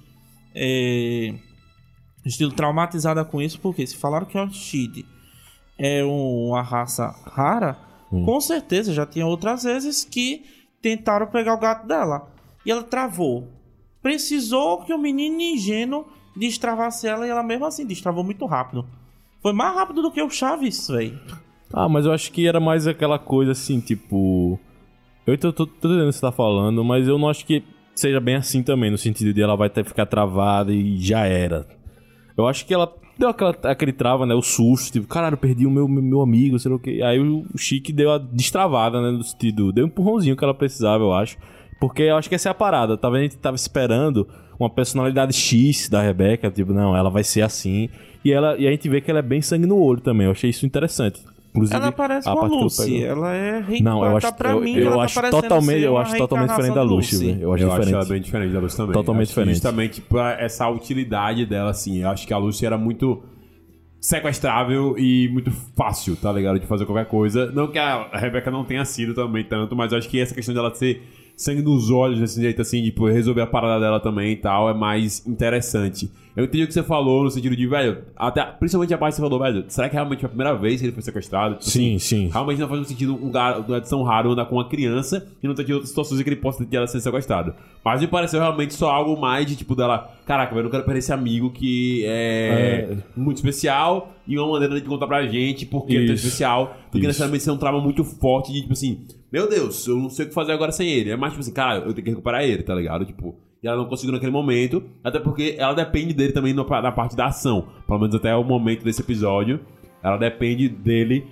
é, estilo traumatizada com isso, porque se falaram que o Shid é um- uma raça rara, Hum. com certeza já tinha outras vezes que tentaram pegar o gato dela. E ela travou. Precisou que o menino ingênuo destravasse ela e ela mesmo assim destravou muito rápido. Foi mais rápido do que o Chaves, velho. Ah, mas eu acho que era mais aquela coisa assim, tipo... Eu tô, tô, tô entendendo o que você tá falando, mas eu não acho que seja bem assim também, no sentido de ela vai ter que ficar travada e já era. Eu acho que ela deu aquela, aquele trava, né, o susto, tipo, caralho, eu perdi o meu, meu, meu amigo, sei lá o que. Aí o, o Chique deu a destravada, né, no sentido... Deu um empurrãozinho que ela precisava, eu acho. Porque eu acho que essa é a parada. Tava, a gente tava esperando uma personalidade X da Rebeca, tipo, não, ela vai ser assim. E, ela, e a gente vê que ela é bem sangue no olho também. Eu achei isso interessante. Inclusive, Ela parece a com a parte que eu Lucy. pego- Ela é re... Não, eu tá acho, pra eu, mim, eu ela tá acho parecendo totalmente, ser eu uma acho totalmente diferente da reencarnação Lucy, Lucy. velho. Eu acho Eu acho diferente. ela bem diferente da Lucy também. Totalmente Acho que diferente. Justamente pra essa utilidade dela, assim. Eu acho que a Lucy era muito... sequestrável e muito fácil, tá ligado? De fazer qualquer coisa. Não que a Rebecca não tenha sido também tanto, mas eu acho que essa questão dela ser sangue nos olhos, desse jeito assim, de tipo, resolver a parada dela também e tal, é mais interessante. Eu entendi o que você falou no sentido de, velho, até, principalmente a parte que você falou, velho, será que realmente foi a primeira vez que ele foi sequestrado? Tipo, sim, assim, sim. Realmente não faz sentido um garoto é tão raro andar com uma criança e não ter tido outras situações em que ele possa ter ela ser sequestrado. Mas me pareceu realmente só algo mais de, tipo, dela, caraca, velho, eu não quero perder esse amigo que é, é... muito especial e uma maneira de contar pra gente porque ele é tão especial, porque necessariamente ser um trauma muito forte de, tipo assim, meu Deus, eu não sei o que fazer agora sem ele. É mais tipo assim, cara, eu tenho que recuperar ele, tá ligado? Tipo, e ela não conseguiu naquele momento, até porque ela depende dele também no, na parte da ação. Pelo menos até o momento desse episódio, ela depende dele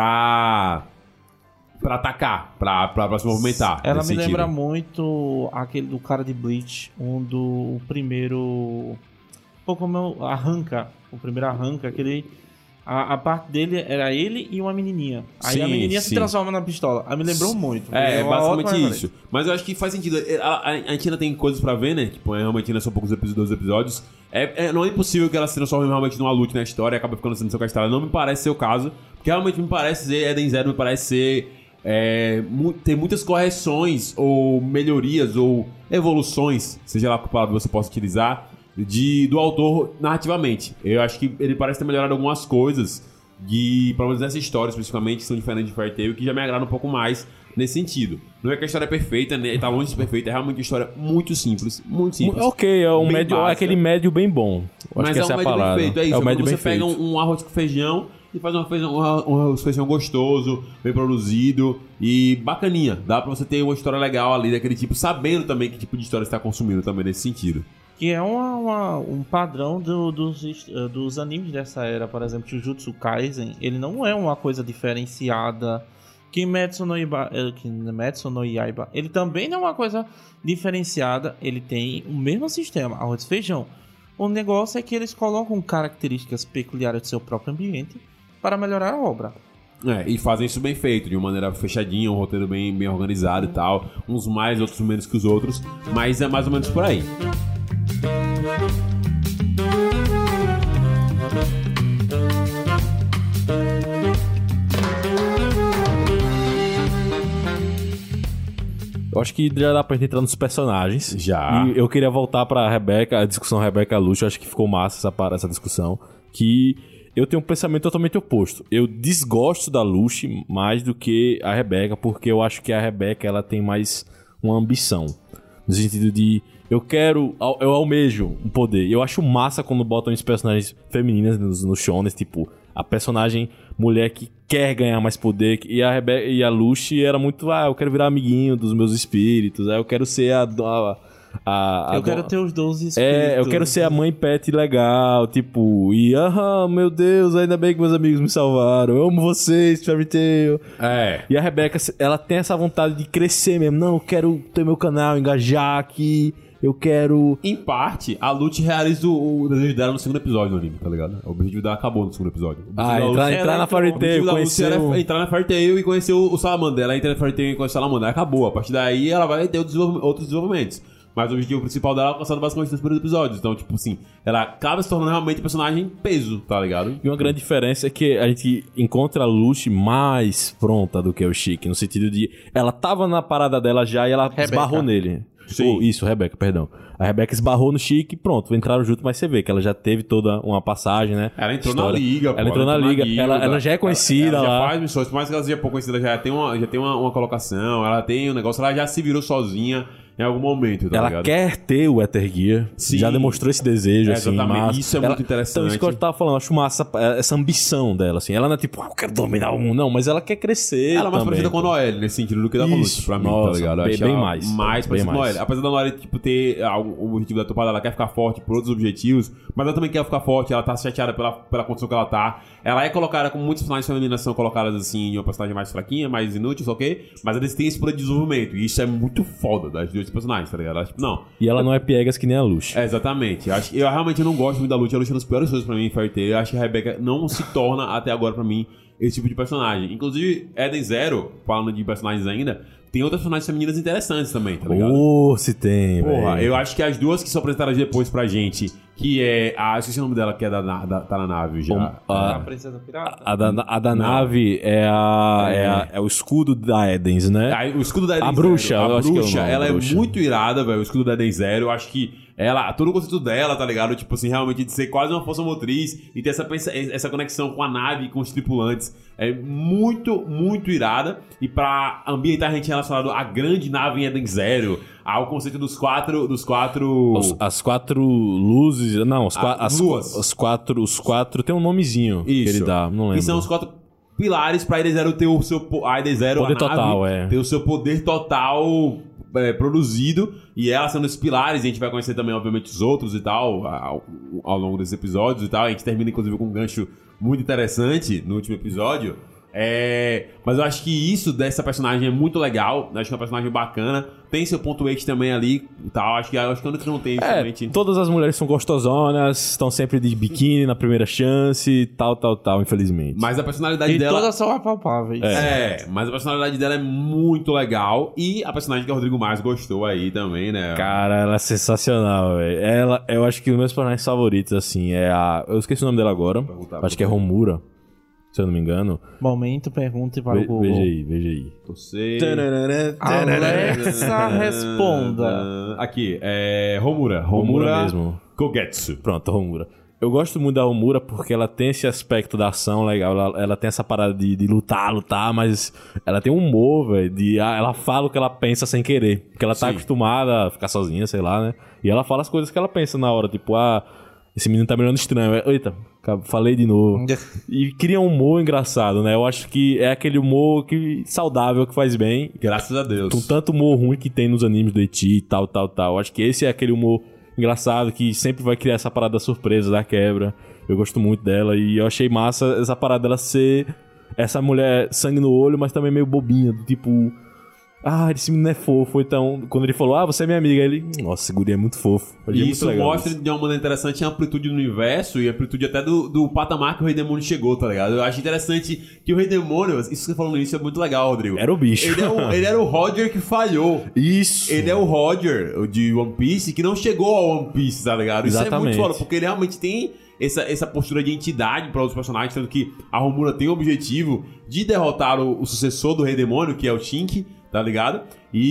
pra... pra atacar, pra, pra, pra se movimentar. Ela me sentido. lembra muito aquele do cara de Bleach, um do o primeiro... Pô, como eu, arranca, o primeiro arranca, aquele... A, a parte dele era ele e uma menininha. Aí sim, a menininha sim. se transforma na pistola. Aí me lembrou muito. É, é basicamente isso. Mas eu acho que faz sentido. A, a, a gente ainda tem coisas pra ver, né? Tipo, realmente ainda são poucos episódios, episódios. É, é, não é impossível que ela se transforme realmente numa luta na história e acaba ficando sendo sequestrada. Não me parece ser o caso. Porque realmente me parece ser, Eden Zero me parece ser... É, mu- tem muitas correções ou melhorias ou evoluções, seja lá qual palavra você possa utilizar, De, do autor narrativamente. Eu acho que ele parece ter melhorado algumas coisas de, pelo menos nessa história especificamente, que são diferentes de Fairy Tail, que já me agrada um pouco mais nesse sentido. Não é que a história é perfeita, né? Tá longe de ser perfeita, é realmente uma história muito simples, muito simples. Ok, é, um médio, é aquele médio bem bom. Acho Mas que é essa um é a médio palavra. bem feito, é isso. É o médio você bem pega feito. um, um arroz com feijão e faz um feijão, um arroz com feijão gostoso, bem produzido e bacaninha. Dá pra você ter uma história legal ali daquele tipo, sabendo também que tipo de história você tá consumindo também nesse sentido. Que é uma, uma, um padrão do, dos, dos animes dessa era. Por exemplo, Jujutsu Kaisen, ele não é uma coisa diferenciada. Kimetsu no, Iba, Kimetsu no Yaiba, ele também não é uma coisa diferenciada. Ele tem o mesmo sistema, arroz e feijão. O negócio é que eles colocam características peculiares do seu próprio ambiente para melhorar a obra. É, e fazem isso bem feito, de uma maneira fechadinha, um roteiro bem, bem organizado e tal. Uns mais, outros menos que os outros, mas é mais ou menos por aí. Eu acho que já dá pra gente entrar nos personagens. Já. E eu queria voltar pra Rebecca, a discussão Rebecca-Lucy. Eu acho que ficou massa essa, essa discussão. Que eu tenho um pensamento totalmente oposto. Eu desgosto da Lucy mais do que a Rebecca, porque eu acho que a Rebecca ela tem mais uma ambição. No sentido de... Eu quero... Eu almejo um poder. Eu acho massa quando botam os personagens femininas nos, nos shonen. Tipo, a personagem mulher que quer ganhar mais poder. E a, Rebe- e a Lucy era muito... Ah, eu quero virar amiguinho dos meus espíritos. Ah, eu quero ser a... a, a, a eu quero do... ter os doze espíritos. É, eu quero ser a mãe pet legal. Tipo... E, aham, meu Deus, ainda bem que meus amigos me salvaram. Eu amo vocês, Fairy Tail. É. E a Rebecca, ela tem essa vontade de crescer mesmo. Não, eu quero ter meu canal, engajar aqui... Eu quero... Em parte, a Lute realiza o, o desejo dela no segundo episódio do anime, tá ligado? O objetivo dela acabou no segundo episódio. Ah, entrar, entrar na Fairy Tail, conhecer... O... Entrar na Fairy Tail e conhecer o, o Salamander. Ela entra na Fairy Tail e conhece o Salamander. Acabou. A partir daí, ela vai ter desenvolv... outros desenvolvimentos. Mas o objetivo principal dela é alcançado basicamente nos primeiros episódios. Então, tipo assim, ela acaba se tornando realmente um personagem peso, tá ligado? E uma grande diferença é que a gente encontra a Lucy mais pronta do que o Chique. No sentido de... Ela tava na parada dela já e ela Rebecca. esbarrou nele. Sim. Oh, isso, Rebecca, perdão. A Rebecca esbarrou no Chique e pronto, entraram junto, mas você vê que ela já teve toda uma passagem, né? Ela entrou História. na liga, pô. Ela entrou ela na liga, guilda, ela, ela já é conhecida ela, ela lá. já faz missões, por mais que ela seja pouco conhecida, ela já tem uma, já tem uma, uma colocação, ela tem um negócio, ela já se virou sozinha em algum momento, tá ela ligado? quer ter o Ether Gear, Sim. já demonstrou esse desejo, É, assim, exatamente. massa. Isso é Ela- muito interessante. Então, isso que eu tava falando, eu acho massa essa ambição dela, assim. Ela não é tipo, ah, eu quero dominar o mundo, não, mas ela quer crescer Ela é mais também, parecida com a pô. Noelle, nesse sentido, do que da Lute, Isso, pra mim, nossa, tá ligado? Eu bem- acho bem ela mais. Mais Bem parecida com a mais. Noelle. Apesar da Noelle, tipo, ter algo, o objetivo da topada, ela quer ficar forte por outros objetivos, mas ela também quer ficar forte, ela tá chateada pela, pela condição que ela tá. Ela é colocada, como muitos personagens femininas são colocadas, assim, em uma personagem mais fraquinha, mais inútil, só que, mas eles têm esse poder de desenvolvimento, e isso é muito foda das duas personagens, tá ligado? Ela, tipo, não... E ela não é piegas que nem a Lucy. É, exatamente. Eu, acho, eu realmente não gosto muito da Lute. A Lute é uma das piores coisas pra mim em Fairy Tail. Eu acho que a Rebecca não se torna, até agora pra mim, esse tipo de personagem. Inclusive, Eden Zero, falando de personagens ainda, tem outras personagens femininas interessantes também, tá ligado? Oh, se tem, Porra, velho. eu acho que as duas que são apresentadas depois pra gente, que é a... Esqueci o nome dela, que é da, da, tá na nave já. Um, A a, princesa pirata? a da, a da nave é, a, é. a- é o escudo da Edens, né? Aí, o escudo da Eden A bruxa, Zero, eu a acho que é o bruxa, nome, ela bruxa. é muito irada, velho. O escudo da Eden Zero, eu acho que ela, todo o conceito dela, tá ligado? Tipo assim, realmente de ser quase uma força motriz e ter essa, pensa- essa conexão com a nave e com os tripulantes é muito, muito irada. E pra ambientar a gente relacionado à grande nave em Eden Zero, ao conceito dos quatro, dos quatro... Os- as quatro luzes. Não, os, qua- As as, luas. os quatro. Os quatro tem um nomezinho que Isso. ele dá, não lembro. Que são os quatro pilares pra Eden Zero ter o seu... po- A Eden Zero, Poder a nave, total, é. ter o seu poder total é, produzido. E ela sendo os pilares. E a gente vai conhecer também, obviamente, os outros e tal, ao, ao longo desses episódios e tal. A gente termina, inclusive, com um gancho muito interessante no último episódio. É, mas eu acho que isso dessa personagem é muito legal. Acho que é uma personagem bacana. Tem seu ponto H também ali e tal. Acho que, acho que a única que não tem, É, justamente. todas as mulheres são gostosonas, estão sempre de biquíni na primeira chance, tal, tal, tal, infelizmente. Mas a personalidade E dela. todas são apalpáveis. É, mas a personalidade dela é muito legal. E a personagem que o Rodrigo mais gostou aí também, né? Cara, ela é sensacional, velho. Ela, eu acho que os meus personagens favoritos, assim, é a. Eu esqueci o nome dela agora. Perguntar, Acho que é Romura, se eu não me engano. Momento, pergunte para Ve- o Google. veja aí, veja aí. Você. Alexa, responda. Aqui, é. Romura. Romura Romura mesmo. Kogetsu. Pronto, a Romura. Eu gosto muito da Romura porque ela tem esse aspecto da ação legal. Ela, ela tem essa parada de, de lutar, lutar, mas ela tem um humor, velho. De, ah, ela fala o que ela pensa sem querer. Porque ela tá Sim. acostumada a ficar sozinha, sei lá, né? E ela fala as coisas que ela pensa na hora. Tipo, ah, esse menino tá me olhando estranho. Eita, falei de novo. E cria um humor engraçado, né? Eu acho que é aquele humor que, saudável, que faz bem. Graças a Deus. Com tanto humor ruim que tem nos animes do Eti e tal, tal, tal. Eu acho que esse é aquele humor engraçado que sempre vai criar essa parada surpresa da quebra. Eu gosto muito dela e eu achei massa essa parada dela ser essa mulher sangue no olho, mas também meio bobinha, do tipo... Ah, esse menino é fofo. Então, quando ele falou, ah, você é minha amiga, ele... Nossa, esse guri é muito fofo. Achei E muito isso legal mostra isso. de uma maneira interessante a amplitude do universo e a amplitude até do, do patamar que o Rei Demônio chegou, tá ligado? Eu acho interessante que o Rei Demônio, isso que você falou no início é muito legal, Rodrigo. Era o bicho. Ele, é o, ele era o Roger que falhou. Isso! Ele é o Roger o de One Piece que não chegou ao One Piece, tá ligado? Isso é Exatamente. muito foda, porque ele realmente tem essa, essa postura de entidade para os personagens, tanto que a Romura tem o objetivo de derrotar o, o sucessor do Rei Demônio, que é o Shink, tá ligado?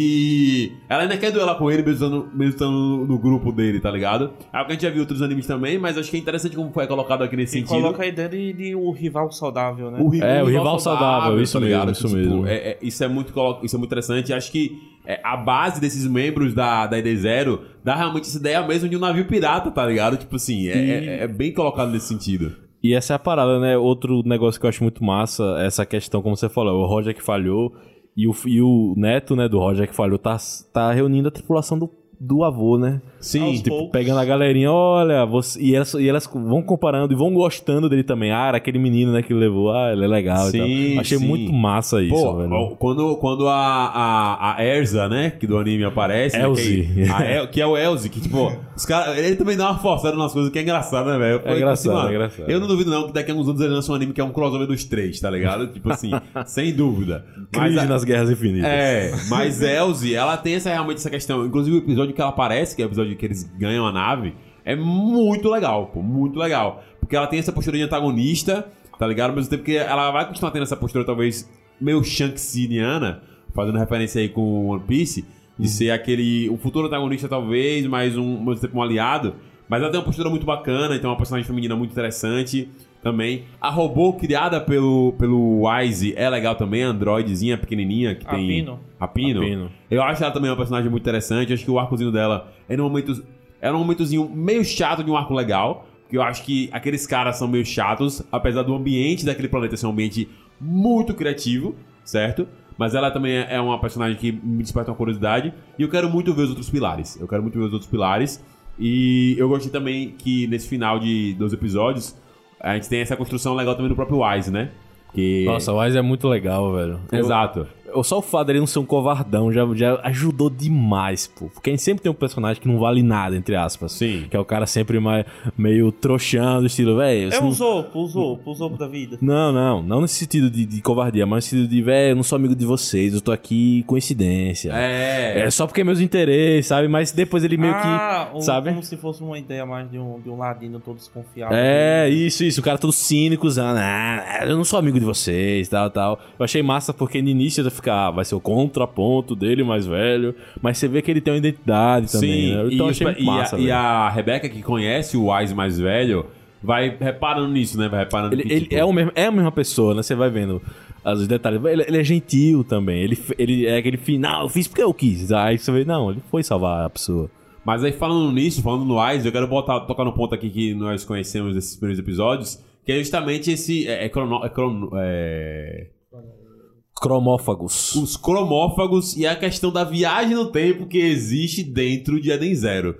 E ela ainda quer duelar com ele, mesmo estando, mesmo estando no, no grupo dele, tá ligado? É algo que a gente já viu em outros animes também, mas acho que é interessante como foi colocado aqui nesse E sentido. coloca a ideia de, de o rival saudável, né? ri- É, o rival saudável, isso tá ligado? mesmo, isso Tipo, mesmo. é- é- isso, é muito, colo- isso é muito interessante. Acho que é, a base desses membros da, da E D Zero dá realmente essa ideia mesmo de um navio pirata, tá ligado? Tipo assim, é, é- é bem colocado nesse sentido. E essa é a parada, né? Outro negócio que eu acho muito massa, essa questão, como você falou, o Roger que falhou e o, e o neto, né, do Roger que falhou, tá, tá reunindo a tripulação do, do avô, né? Sim, Aos Tipo, poucos. pegando a galerinha, olha, você... e, elas, e elas vão comparando e vão gostando dele também. Ah, era aquele menino, né, que ele levou, ah, ele é legal Sim, e tal. Achei sim. muito massa isso, Pô, velho. ó, quando, quando a, a, a Erza, né, que do anime aparece... né, Elze. que, é- a El- que é o Elze, que tipo, os cara, ele também dá uma forçada nas coisas que é engraçado, né, velho? Eu falei, engraçado, mano, é engraçado. Eu não duvido não que daqui a uns anos ele lança um anime que é um crossover dos três, tá ligado? Tipo assim, sem dúvida. Mas Crise a- nas Guerras Infinitas. É, mas Elze, ela tem essa, realmente essa questão. Inclusive o episódio que ela aparece, que é o episódio que eles ganham a nave, é muito legal, pô, muito legal. Porque ela tem essa postura de antagonista, tá ligado? Ao mesmo tempo que ela vai continuar tendo essa postura talvez meio Shanksiana, fazendo referência aí com One Piece, de ser aquele, um futuro antagonista talvez, mas um, ao mesmo tempo um aliado. Mas ela tem uma postura muito bacana, então é uma personagem feminina muito interessante também. A robô criada pelo, pelo Wise é legal também, a androidezinha pequenininha que A tem... Pino. A Pino. A Pino. Eu acho ela também uma personagem muito interessante. Acho que o arcozinho dela é num momento, era um momentozinho meio chato de um arco legal. Porque eu acho que aqueles caras são meio chatos, apesar do ambiente daquele planeta ser um ambiente muito criativo, certo? Mas ela também é uma personagem que me desperta uma curiosidade. E eu quero muito ver os outros pilares. Eu quero muito ver os outros pilares. E eu gostei também que nesse final de dos episódios, a gente tem essa construção legal também do próprio Wise, né? Que... Nossa, o Wise é muito legal, velho. Eu- Exato. Só o fato dele não ser um covardão já, já ajudou demais, pô. Porque a gente sempre tem um personagem que não vale nada, entre aspas. Sim. Que é o cara sempre mais, meio trouxando, estilo, velho... É não... um Zopo, o Zopo, o Zopo da vida. Não, não. Não nesse sentido de, de covardia, mas nesse sentido de, velho, eu não sou amigo de vocês, eu tô aqui coincidência. É. É só porque é meus interesses, sabe? Mas depois ele meio ah, que, um, sabe? Como se fosse uma ideia mais de um, de um ladino todo desconfiado. É, isso, isso. O cara todo cínico, usando, ah, eu não sou amigo de vocês, tal, tal. Eu achei massa porque no início eu ficar, ah, vai ser o contraponto dele mais velho, mas você vê que ele tem uma identidade também, Sim, né? Então e, eu achei muito e, massa, a, e a Rebeca, que conhece o Wise mais velho, vai reparando nisso, né? Vai reparando Ele, que, ele tipo... é, o mesmo, é a mesma pessoa, né? Você vai vendo os detalhes. Ele, ele é gentil também. Ele, ele é aquele final, eu fiz porque eu quis. Aí você vê, não, ele foi salvar a pessoa. Mas aí falando nisso, falando no Wise, eu quero botar, tocar no ponto aqui que nós conhecemos desses primeiros episódios, que é justamente esse... É, é, crono, é, crono, é... Cromófagos. Os cromófagos e a questão da viagem no tempo que existe dentro de Eden Zero.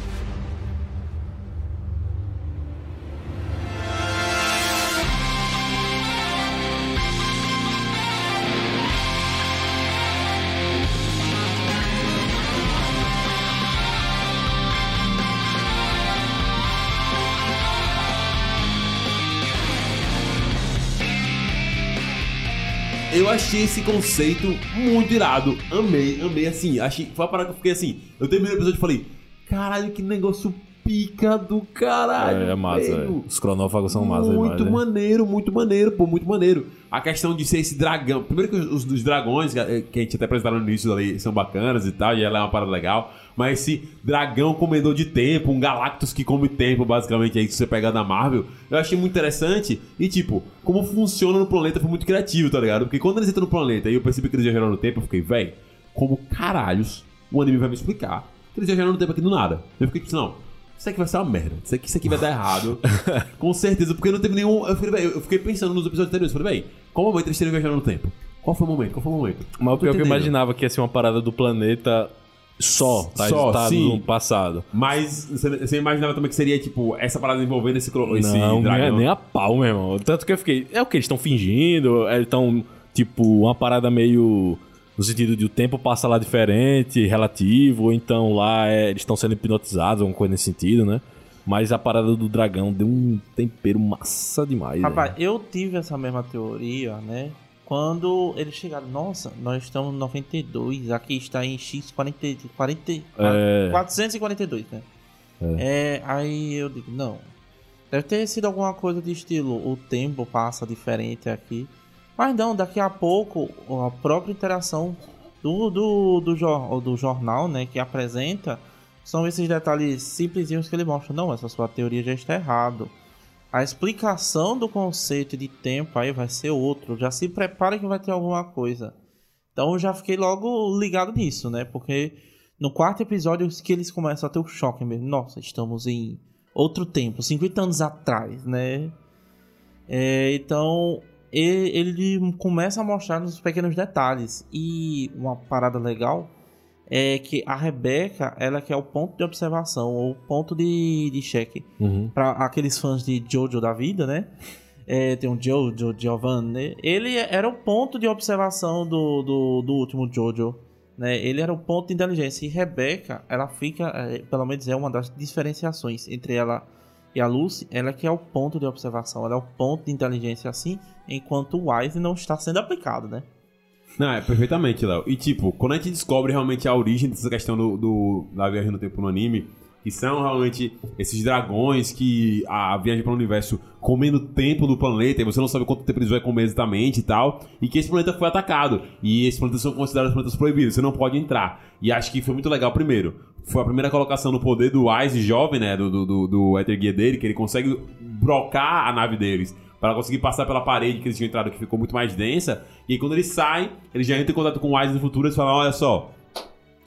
Eu achei esse conceito muito irado. Amei, amei, assim. Achei, foi uma parada que eu fiquei assim. Eu terminei o episódio e falei: caralho, que negócio pica do caralho. É, é massa, é. Os cronófagos são massa demais. Muito maneiro, né? muito maneiro, pô, muito maneiro. A questão de ser esse dragão. Primeiro que os, os dragões, que a gente até apresentaram no início ali, são bacanas e tal, e ela é uma parada legal. Mas esse dragão comedor de tempo, um Galactus que come tempo, basicamente, aí se você pegar da Marvel, eu achei muito interessante. E, tipo, como funciona no planeta foi muito criativo, tá ligado? Porque quando eles entram no planeta e eu percebi que eles viajaram no tempo, eu fiquei, véi, como caralhos o anime vai me explicar que eles viajaram no tempo aqui do nada? Eu fiquei tipo, não, isso aqui vai ser uma merda. Isso aqui, isso aqui vai dar errado. Com certeza, porque não teve nenhum... Eu fiquei, véi, eu fiquei pensando nos episódios anteriores, eu falei, véi, qual momento eles teriam viajado no tempo? Qual foi o momento? Qual foi o momento? Mas o pior que eu entendendo. imaginava que ia ser uma parada do planeta... Só, tá? Só, Tá sim. no passado. Mas você, você imaginava também que seria, tipo, essa parada envolvendo esse, cro- esse Não, nem, dragão? nem a pau, meu irmão. Tanto que eu fiquei... É o que? Eles estão fingindo? Eles estão, tipo, uma parada meio... No sentido de o tempo passa lá diferente, relativo, ou então lá é, eles estão sendo hipnotizados, alguma coisa nesse sentido, né? Mas a parada do dragão deu um tempero massa demais. Rapaz, né? eu tive essa mesma teoria, né? Quando eles chegaram, nossa, nós estamos em noventa e dois, aqui está em X quarenta, quarenta, É. quatrocentos e quarenta e dois, né? É. Aí eu digo, não, deve ter sido alguma coisa de estilo, o tempo passa diferente aqui. Mas não, daqui a pouco, a própria interação do, do, do, jor, do jornal, né, que apresenta, são esses detalhes simplesinhos que ele mostra. Não, essa sua teoria já está errada. A explicação do conceito de tempo aí vai ser outro. Já se prepara que vai ter alguma coisa. Então eu já fiquei logo ligado nisso, né? Porque no quarto episódio que eles começam a ter o choque mesmo. Nossa, estamos em outro tempo, cinquenta anos atrás, né? É, então ele, ele começa a mostrar nos pequenos detalhes. E uma parada legal é que a Rebeca, ela que é o ponto de observação, ou ponto de, de cheque. Uhum. Para aqueles fãs de Jojo da vida, né? É, tem um Jojo, Giovanni, né? Ele era o ponto de observação do, do, do último Jojo, né? Ele era o ponto de inteligência. E Rebeca, ela fica, é, pelo menos é uma das diferenciações entre ela e a Lucy, ela que é o ponto de observação, ela é o ponto de inteligência assim, enquanto o Wise não está sendo aplicado, né? Não, é perfeitamente, Léo. E tipo, quando a gente descobre realmente a origem dessa questão do, do, da viagem no tempo no anime, que são realmente esses dragões que a viagem para o universo comendo tempo do planeta, e você não sabe quanto tempo eles vão comer exatamente e tal, e que esse planeta foi atacado. E esses planetas são considerados planetas proibidos, você não pode entrar. E acho que foi muito legal, primeiro, foi a primeira colocação no poder do Wise jovem, né, do, do, do Ether Gear dele, que ele consegue brocar a nave deles para conseguir passar pela parede que eles tinham entrado, que ficou muito mais densa. E aí, quando eles saem, eles já entram em contato com o Wise no futuro e eles falam, olha só,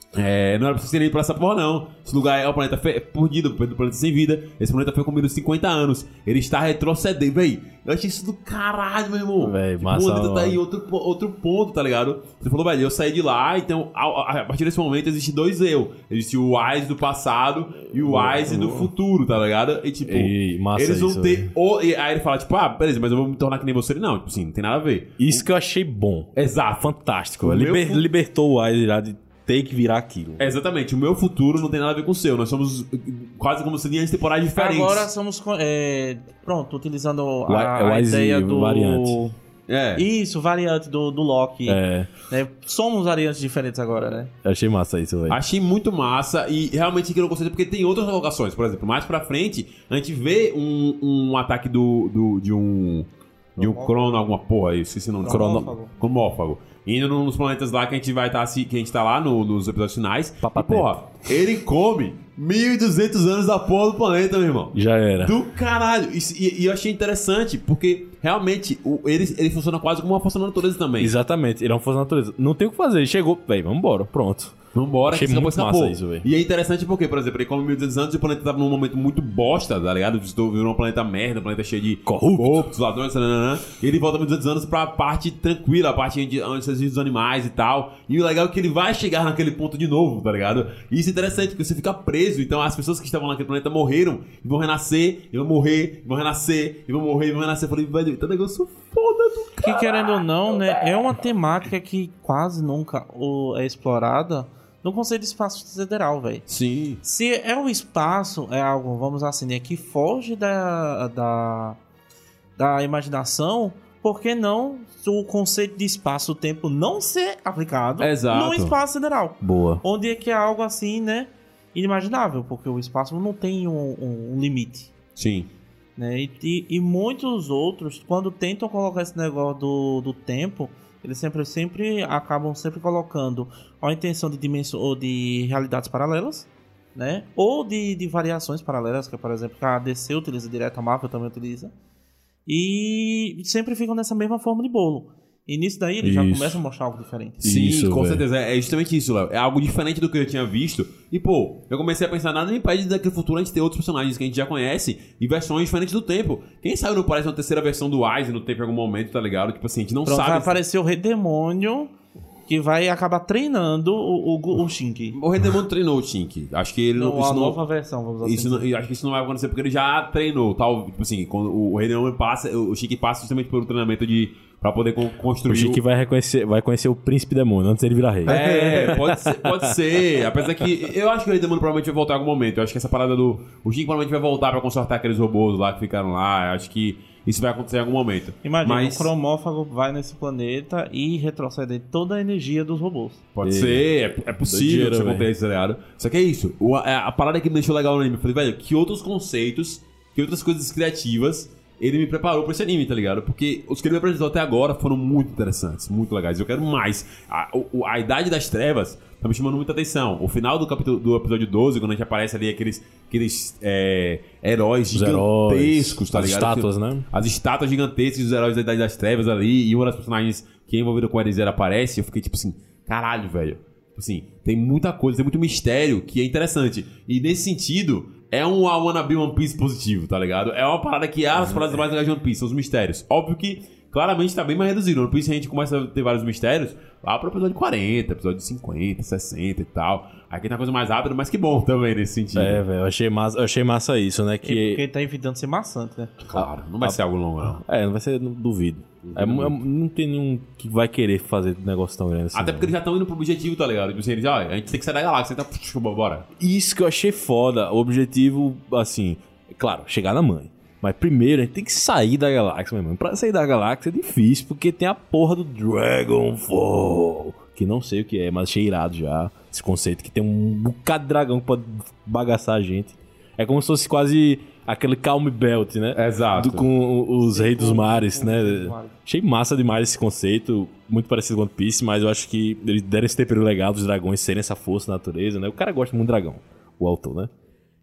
É, não era pra você ter ido pra essa porra, não. Esse lugar é o planeta fe- perdido, do planeta sem vida. Esse planeta foi comido cinquenta anos. Ele está retrocedendo, véi. Eu achei isso do caralho, meu irmão. Véi, Tipo, massa, o planeta tá mano. em outro, po- outro ponto, tá ligado? Você falou, velho, eu saí de lá, então a, a- a partir desse momento existe dois eu. Existe o Wise do passado e o Wise do futuro, tá ligado? E tipo, Ei, massa eles vão isso, ter. velho. O, e aí ele fala, tipo, ah, beleza, mas eu vou me tornar que nem você. Ele, não, tipo assim, não tem nada a ver. Isso que eu achei bom. Exato. Fantástico. O Liber- meu fu- Libertou o Wise já de ter que virar aquilo. É, exatamente, o meu futuro não tem nada a ver com o seu. Nós somos quase como se linhas temporais diferentes. Agora somos. co- é, pronto, utilizando a, Wi- a Wise ideia do. variante. É. Isso, variante do, do Loki. É, Né? Somos variantes diferentes agora, né? eu achei massa isso, velho. Achei muito massa e realmente criou conceito porque tem outras locações. Por exemplo, mais pra frente, a gente vê um, um ataque do, do, de um. De um crono, alguma porra aí, esqueci o nome. Cromófago. Cromófago. Indo nos planetas lá que a gente vai estar tá, que a gente tá lá no- nos episódios finais. Papaté. E, porra, ele come mil e duzentos anos da porra do planeta, meu irmão. Já era. Do caralho. Isso- E, e eu achei interessante, porque realmente o, ele, ele funciona quase como uma força da natureza também. Exatamente, ele é uma força da natureza. Não tem o que fazer, ele chegou, velho, vambora, pronto. Vambora, Achei que senão muito vai massa pôr. isso, velho. E é interessante porque, por exemplo, ele come mil e duzentos anos e o planeta tava num momento muito bosta, tá ligado? Estou vivendo um planeta merda, um planeta cheio de Corrupto. corruptos, ladrões, nananã. E ele volta mil e duzentos anos pra parte tranquila, a parte onde, onde existem os animais e tal. E o legal é que ele vai chegar naquele ponto de novo, tá ligado? E isso é interessante, porque você fica preso. Então as pessoas que estavam naquele planeta morreram e vão renascer, e vão morrer, e vão renascer, e vão morrer, e vão renascer. Eu falei, velho, tá um negócio foda do Que cara. querendo ou não, né? É uma temática que quase nunca o- é explorada no conceito de espaço sideral, velho. Sim. Se é o espaço, é algo, vamos assim, né, que foge da, da, da imaginação, por que não o conceito de espaço-tempo não ser aplicado Exato. no espaço sideral? Boa. Onde é que é algo assim, né, inimaginável, porque o espaço não tem um, um- um limite. Sim. Né? E, e- e muitos outros, quando tentam colocar esse negócio do, do tempo, eles sempre, sempre acabam sempre colocando a intenção de dimensão ou de realidades paralelas, né? Ou de, de variações paralelas, que é, por exemplo, que a D C utiliza direto, a Marvel também utiliza. E sempre ficam nessa mesma forma de bolo. E nisso daí eles já Isso. começam a mostrar algo diferente. Sim, Isso, com velho. certeza. É justamente isso, Léo. É algo diferente do que eu tinha visto. E, pô, eu comecei a pensar, nada me impede daqui no futuro a gente ter outros personagens que a gente já conhece e versões diferentes do tempo. Quem sabe não parece uma terceira versão do Wise no tempo em algum momento, tá ligado? Tipo assim, a gente não Pronto, vai sabe. aparecer o Rei Demônio, que vai acabar treinando o, o, o Shinki. O Rei Demônio treinou o Shink. Acho que ele não. Não, Isso a não nova versão, vamos assim isso não, dizer. eu acho que isso não vai acontecer porque ele já treinou, tal. Tipo assim, quando o Rei Demônio passa, o Shink passa justamente pelo treinamento de. Pra poder con- construir. O Chique vai, reconhecer, vai conhecer o príncipe demônio antes dele virar rei. É, pode ser, pode ser. Apesar que eu acho que o Rei Demônio provavelmente vai voltar em algum momento. Eu acho que essa parada do. O Shinki provavelmente vai voltar pra consertar aqueles robôs lá que ficaram lá. Eu acho que isso vai acontecer em algum momento. Imagina, Mas o cromófago vai nesse planeta e retrocede toda a energia dos robôs. pode E- ser, é, é possível Doideira, que isso velho. aconteça, tá ligado? Só que é isso. O- a, a parada que me deixou legal no anime, eu falei, velho, que outros conceitos, que outras coisas criativas ele me preparou pra esse anime, tá ligado? Porque os que ele me apresentou até agora foram muito interessantes, muito legais. Eu quero mais. A, o- a Idade das Trevas tá me chamando muita atenção. O final do capítulo do episódio doze, quando a gente aparece ali aqueles, aqueles é, heróis Os heróis, gigantescos, tá as ligado? estátuas, né? As estátuas gigantescas dos heróis da Idade das Trevas ali, e uma das personagens que é envolvida com a Erizera aparece, eu fiquei tipo assim, caralho, velho. Tipo assim, tem muita coisa, tem muito mistério que é interessante. E nesse sentido, é um I Wanna Be One Piece positivo, tá ligado? É uma parada que é as paradas mais legais de One Piece, são os mistérios. Óbvio que, claramente, tá bem mais reduzido. One Piece a gente começa a ter vários mistérios lá pro episódio quarenta, episódio cinquenta, sessenta e tal. Aqui tá uma coisa mais rápida, mas que bom também nesse sentido. É, velho, eu achei massa, eu achei massa isso, né? E porque Que. ele tá evitando ser maçante, né? Claro, não vai ser algo longo, não. É, não vai ser, não duvido. É, mu- é, não tem nenhum que vai querer fazer um negócio tão grande assim. Até porque eles já estão indo pro objetivo, tá ligado? Tipo assim, eles, ó, a gente tem que sair da galáxia, então, pux, bora. Isso que eu achei foda. O objetivo, assim, claro, chegar na mãe. Mas primeiro a gente tem que sair da galáxia, meu irmão. Pra sair da galáxia é difícil, porque tem a porra do Dragonfall. Que não sei o que é, mas achei irado já. Esse conceito que tem um bocado de dragão que pode bagaçar a gente. É como se fosse quase aquele Calm Belt, né? Exato. Do- com os Reis dos Mares, né? Reis dos Mares. Achei massa demais esse conceito. Muito parecido com One Piece, mas eu acho que eles deram esse tempero legal dos dragões serem essa força da natureza, né? O cara gosta muito de dragão, o autor, né?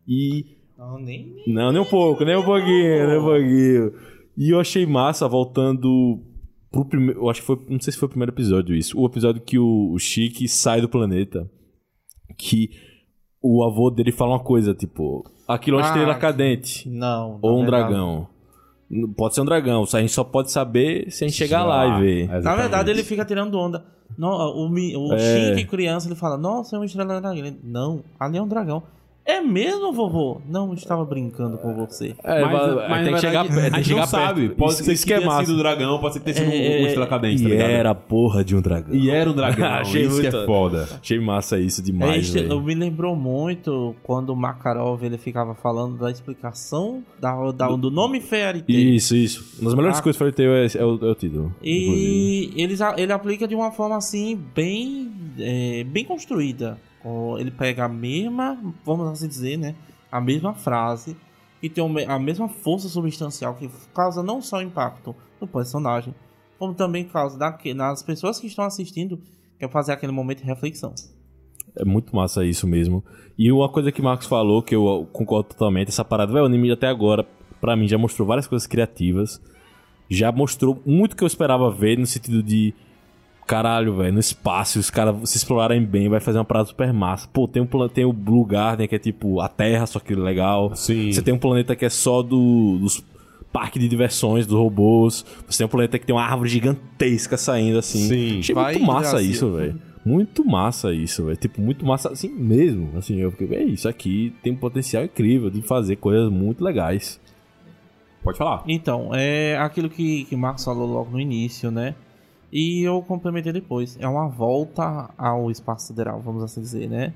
E Não, nem... não, nem um pouco, nem um pouquinho, nem um pouquinho. E eu achei massa, voltando pro primeiro... Eu acho que foi... Não sei se foi o primeiro episódio isso. O episódio que o, o Chique sai do planeta. que o avô dele fala uma coisa, tipo, aquilo é uma Ah, estrela cadente. Não. Ou um na verdade- dragão. Pode ser um dragão, a gente só pode saber se a gente chegar Chegar lá lá. e ver. Exatamente. Na verdade, ele fica tirando onda. No, o Mi- o É. Shinji, criança, ele fala, nossa, é uma estrela dragão. Ele, não, ali é um dragão. É mesmo, vovô? Não, eu estava brincando com você. É, Mas, vai- mas tem na que chegar, verdade, perto, a tem que gente chegar não sabe. perto. Pode Isso- ser isso que que é tenha massa. sido o dragão, pode ser que tenha sido É, um estrela cadente, E tá ligado? era a porra de um dragão. E era um dragão, Achei isso que muito- é foda. Achei massa isso É, demais, isso velho. me lembrou muito quando o Makarov ele ficava falando da explicação da, da- do nome Fairy Tail. Isso, isso. Uma das melhores Ah. coisas que Fairy Tail é, é, o, é o título. inclusive. E eles, a- ele aplica de uma forma assim, bem, é, bem construída. Ó, Ele pega a mesma, vamos assim dizer, né? A mesma frase e tem o me- a mesma força substancial que causa não só impacto no personagem, como também causa daque- nas pessoas que estão assistindo, que é fazer aquele momento de reflexão. É muito massa isso mesmo. E uma coisa que o Marcos falou, que eu concordo totalmente, essa parada, velho, o anime até agora, pra mim, já mostrou várias coisas criativas. Já mostrou muito que eu esperava ver, no sentido de, caralho, velho, no espaço, os caras se explorarem bem, vai fazer uma parada super massa. Pô, tem, um, plan- tem o Blue Garden, que é tipo a Terra, só que legal. Sim. Você tem um planeta que é só do, dos parques de diversões, dos robôs. Você tem um planeta que tem uma árvore gigantesca saindo assim. Sim. Achei Vai muito massa Brasil. isso, velho. Muito massa isso, velho. Tipo, muito massa assim mesmo. Assim, eu fiquei, é isso aqui tem um potencial incrível de fazer coisas muito legais. Pode falar. Então, é aquilo que, que o Marcos falou logo no início, né? E eu complementei depois. É uma volta ao espaço sideral, vamos assim dizer, né?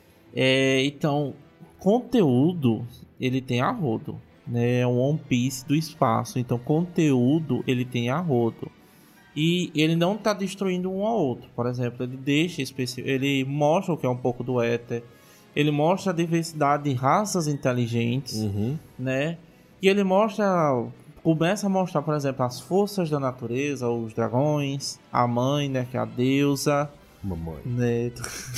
É, então, conteúdo, ele tem a rodo, né? É um One Piece do espaço. Então, conteúdo, ele tem a rodo. E ele não tá destruindo um ao outro. Por exemplo, ele deixa especi... ele mostra o que é um pouco do éter. Ele mostra a diversidade de raças inteligentes, né? E ele mostra, começa a mostrar, por exemplo, as forças da natureza, os dragões, a mãe, né, que é a deusa, Mamãe. né?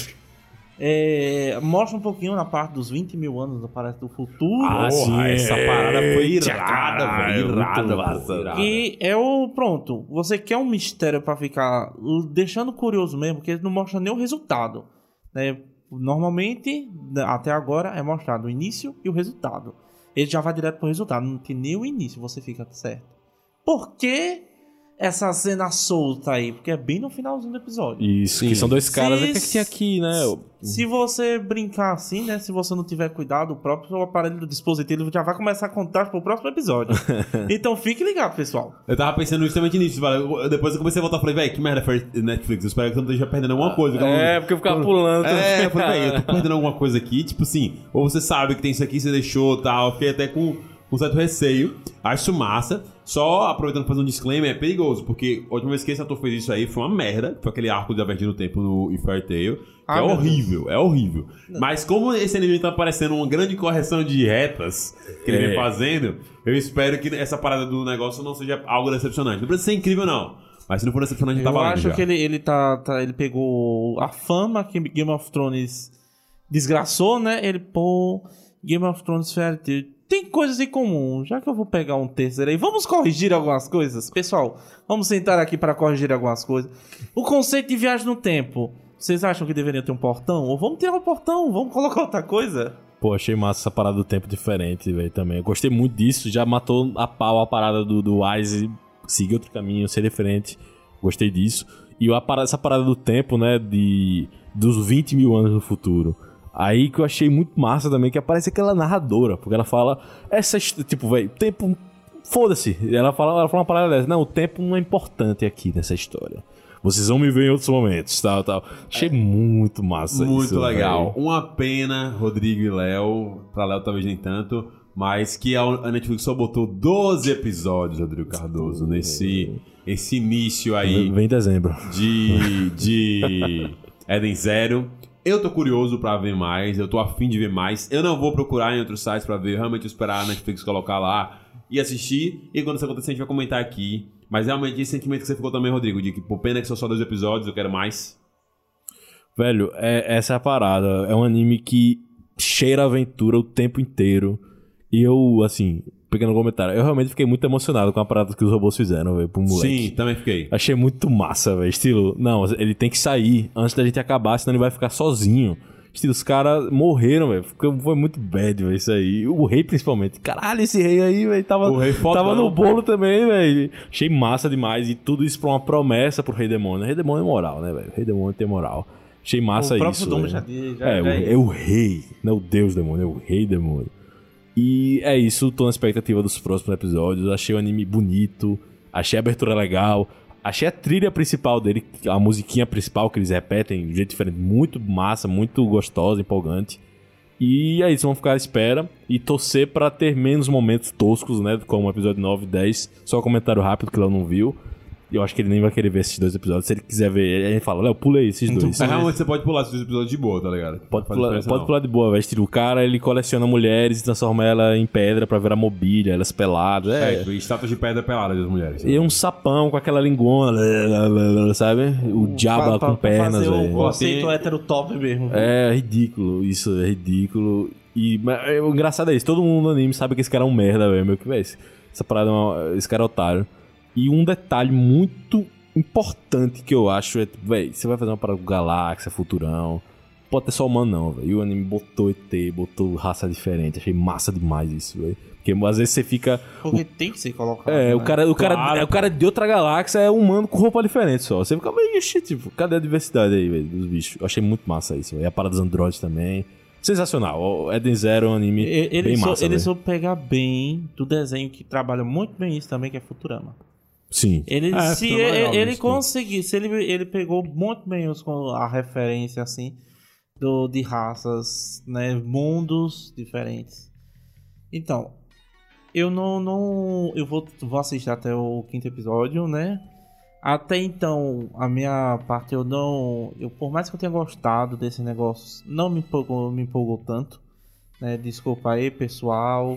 É, mostra um pouquinho na parte dos vinte mil anos, parece, do futuro. Ah, sim, Porra, essa é. parada foi Eita, irada, caralho, velho. Irada, muito pô, massa. irada. E é o pronto. Você quer um mistério pra ficar uh, deixando curioso mesmo, porque ele não mostra nem o resultado, né? Normalmente, até agora, é mostrado o início e o resultado. Ele já vai direto pro resultado, não tem nem o início, você fica certo. Por que essa cena solta aí? Porque é bem no finalzinho do episódio. Isso, Sim. que são dois caras. Se- O que, é que tinha aqui, né? Se você brincar assim, né? Se você não tiver cuidado, o próprio aparelho do dispositivo já vai começar a contar pro próximo episódio. Então fique ligado, pessoal. Eu tava pensando justamente nisso, velho. Eu- Depois eu comecei a voltar e falei, velho, que merda foi Netflix? Eu espero que eu não esteja perdendo alguma coisa. que eu não- É, porque eu ficava pulando. É, eu falei, velho, eu tô perdendo alguma coisa aqui. Tipo assim, ou você sabe que tem isso aqui, você deixou e tal. Eu fiquei até com um certo receio. Acho massa. Só aproveitando pra fazer um disclaimer, é perigoso, porque a última vez que esse ator fez isso aí foi uma merda. Foi aquele arco de Avertir no Tempo no em Fairy Tail. Que Ah, é meu horrível, é horrível. Mas como esse anime tá parecendo uma grande correção de retas que ele É. vem fazendo, eu espero que essa parada do negócio não seja algo decepcionante. Não precisa ser incrível, não. Mas se não for decepcionante, Eu tá valendo acho já. que ele, ele tá, tá- ele pegou a fama que Game of Thrones desgraçou, né? Ele, pô, Game of Thrones Fairy Tail tem coisas em comum. Já que eu vou pegar um terceiro aí, vamos corrigir algumas coisas? Pessoal, vamos sentar aqui para corrigir algumas coisas. O conceito de viagem no tempo, vocês acham que deveria ter um portão? Ou vamos tirar o portão, vamos colocar outra coisa? Pô, achei massa essa parada do tempo diferente, velho, também. Eu gostei muito disso, já matou a pau a parada do, do Wise seguir outro caminho, ser diferente. Gostei disso. E a parada, essa parada do tempo, né, de, dos vinte mil anos no futuro. Aí que eu achei muito massa também, que aparece aquela narradora, porque ela fala, essa, hist- tipo, velho, tempo, foda-se. Ela fala, ela fala uma parada dessa, não, o tempo não é importante aqui nessa história. Vocês vão me ver em outros momentos, tal, tal. Achei muito massa Muito isso, legal. velho. Uma pena, Rodrigo e Léo. Pra Léo talvez nem tanto. Mas que a a Netflix só botou doze episódios, Rodrigo Cardoso, nesse esse início aí Vem em dezembro. de, de Eden Zero. Eu tô curioso pra ver mais, eu tô afim de ver mais. Eu não vou procurar em outros sites pra ver, realmente esperar a Netflix colocar lá e assistir. E quando isso acontecer, a gente vai comentar aqui. Mas realmente esse sentimento que você ficou também, Rodrigo, de que, pô, pena que são só dois episódios, eu quero mais. Velho, é, essa é a parada. É um anime que cheira aventura o tempo inteiro. E eu, assim, pequeno comentário, eu realmente fiquei muito emocionado com a parada que os robôs fizeram, velho, pro moleque. Sim, também fiquei. Achei muito massa, velho. Estilo, não, ele tem que sair antes da gente acabar, senão ele vai ficar sozinho. Estilo, os caras morreram, velho. Foi muito bad, velho, isso aí. O rei, principalmente. Caralho, esse rei aí, velho, tava, O rei fodão. tava no bolo também, velho. Achei massa demais. E tudo isso pra uma promessa pro rei demônio. O rei demônio é moral, né, velho? O rei demônio tem moral. Achei massa o próprio isso, Dom velho. já diz, já, É, já o, é o rei. Não é o deus demônio, é o rei demônio. E é isso, tô na expectativa dos próximos episódios. Achei o anime bonito. Achei a abertura legal. Achei a trilha principal dele, a musiquinha principal que eles repetem de um jeito diferente, muito massa, muito gostosa, empolgante. E é isso, vamos ficar à espera e torcer pra ter menos momentos toscos, né? Como o episódio nove e dez. Só um comentário rápido que o Léo não viu. Eu acho que ele nem vai querer ver esses dois episódios. Se ele quiser ver, a gente fala, Léo, pula aí esses dois. Mas realmente você pode pular esses dois episódios de boa, tá ligado? Pode, Faz pular, diferença, pode não. pular de boa, velho. Estilo, o cara, ele coleciona mulheres e transforma ela em pedra pra virar mobília, elas peladas. É, É, estátuas de pedra pelada das mulheres. e um sapão com aquela lingona, sabe? O diabo Pra- com pra pernas, fazer velho. o conceito hétero top mesmo. É ridículo, isso é ridículo. E mas, é, o engraçado é isso, todo mundo no anime sabe que esse cara é um merda, velho. Meio que, velho, essa parada, é uma- esse cara é otário. E um detalhe muito importante que eu acho é, velho, você vai fazer uma parada com galáxia, futurão. Pode ter só humano, não, velho. E o anime botou E T, botou raça diferente. Achei massa demais isso, velho. Porque às vezes você fica. Porque tem que ser colocado. É, né? o cara, o, cara, Claro, é, o cara de outra galáxia é humano com roupa diferente só. Você fica meio, ixi, tipo, cadê a diversidade aí, velho, dos bichos? Eu achei muito massa isso, velho. E a parada dos androides também. Sensacional. O Eden Zero é um anime E- Ele, bem só, massa, ele velho. soube pegar bem do desenho que trabalha muito bem isso também, que é Futurama. Sim. Ele, É, se Futurama é ele, legal, ele isso. conseguir, se ele, ele pegou muito bem os, com a referência assim do, de raças, né, mundos diferentes. Então, eu não, não eu vou, vou assistir até o quinto episódio, né? Até então, a minha parte eu não, eu por mais que eu tenha gostado desse negócio, não me empolgou, me empolgou tanto. Né, desculpa aí, pessoal.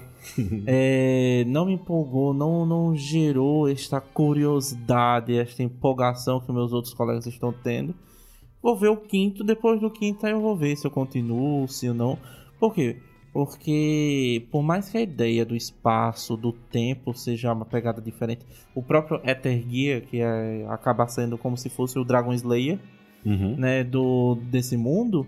É, não me empolgou, não, não gerou esta curiosidade, esta empolgação que meus outros colegas estão tendo. Vou ver o quinto, depois do quinto aí eu vou ver se eu continuo, se eu não. Por quê? Porque por mais que a ideia do espaço, do tempo seja uma pegada diferente, o próprio Ether Gear, que é, acaba sendo como se fosse o Dragon Slayer, Uhum. né, do, desse mundo,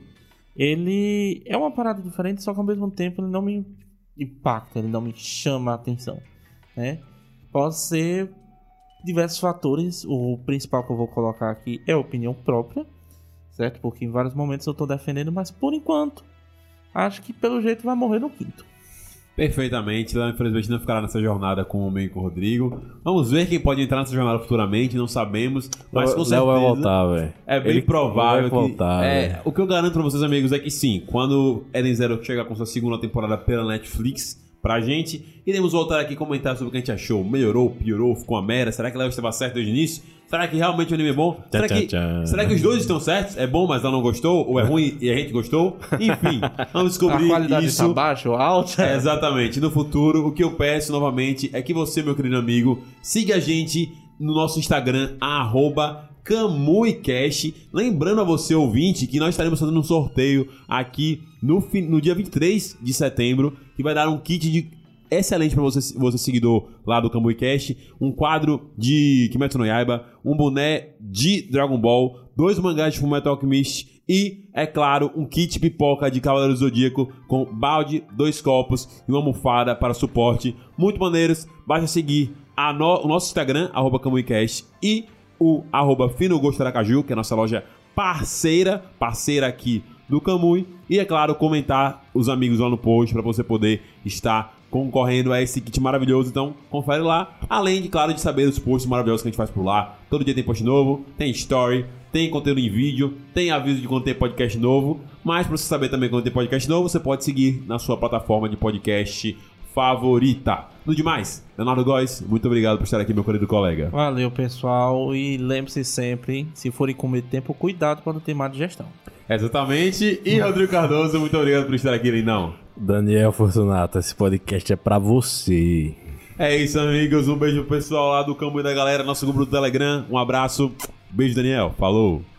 ele é uma parada diferente, só que ao mesmo tempo ele não me impacta, ele não me chama a atenção, né? Pode ser diversos fatores, o principal que eu vou colocar aqui é a opinião própria, certo? Porque em vários momentos eu tô defendendo, mas por enquanto, acho que pelo jeito vai morrer no quinto. Perfeitamente, lá infelizmente não ficará nessa jornada com o meio com o Rodrigo. Vamos ver quem pode entrar nessa jornada futuramente, não sabemos, mas com Léo certeza vai voltar, velho. é bem Ele- provável ele vai que voltar, é, velho. o que eu garanto pra vocês, amigos, é que sim, quando Eden Zero chegar com sua segunda temporada pela Netflix pra gente, iremos voltar aqui e comentar sobre o que a gente achou. Melhorou, piorou, ficou uma merda? Será que o Léo estava certo desde o início? Será que realmente o anime é bom? Será, Tchá, que, tchá, tchá. será que os dois estão certos? É bom, mas ela não gostou? Ou é ruim e a gente gostou? Enfim, vamos descobrir A qualidade isso. tá baixa ou alta? É, exatamente. No futuro, o que eu peço novamente é que você, meu querido amigo, siga a gente no nosso Instagram, arroba CamuiCast. Lembrando a você, ouvinte, que nós estaremos fazendo um sorteio aqui no, fi- no dia vinte e três de setembro, que vai dar um kit de excelente pra você, você seguidor lá do CamuiCast, um quadro de Kimetsu no Yaiba, um boné de Dragon Ball, dois mangás de Fullmetal Alchemist e, é claro, um kit pipoca de Cavaleiro do Zodíaco com balde, dois copos e uma almofada para suporte. Muito maneiros. Basta seguir a no- o nosso Instagram, arroba CamuiCast, e o arroba Fino Gosto Aracaju, que é a nossa loja parceira, parceira aqui do Kamui. E, é claro, comentar os amigos lá no post para você poder estar concorrendo a esse kit maravilhoso. Então, confere lá. Além, de claro, de saber os posts maravilhosos que a gente faz por lá. Todo dia tem post novo, tem story, tem conteúdo em vídeo, tem aviso de quando tem podcast novo. Mas, para você saber também quando tem podcast novo, você pode seguir na sua plataforma de podcast favorita. No demais, Leonardo Góes, muito obrigado por estar aqui, meu querido colega. Valeu, pessoal. E lembre-se sempre, se forem comer tempo, cuidado para não ter má digestão. Exatamente. E Rodrigo Cardoso, muito obrigado por estar aqui, lindão. Daniel Fortunato, esse podcast é pra você. É isso, amigos. Um beijo pro pessoal lá do Campo e da galera, nosso grupo do Telegram. Um abraço. Beijo, Daniel. Falou.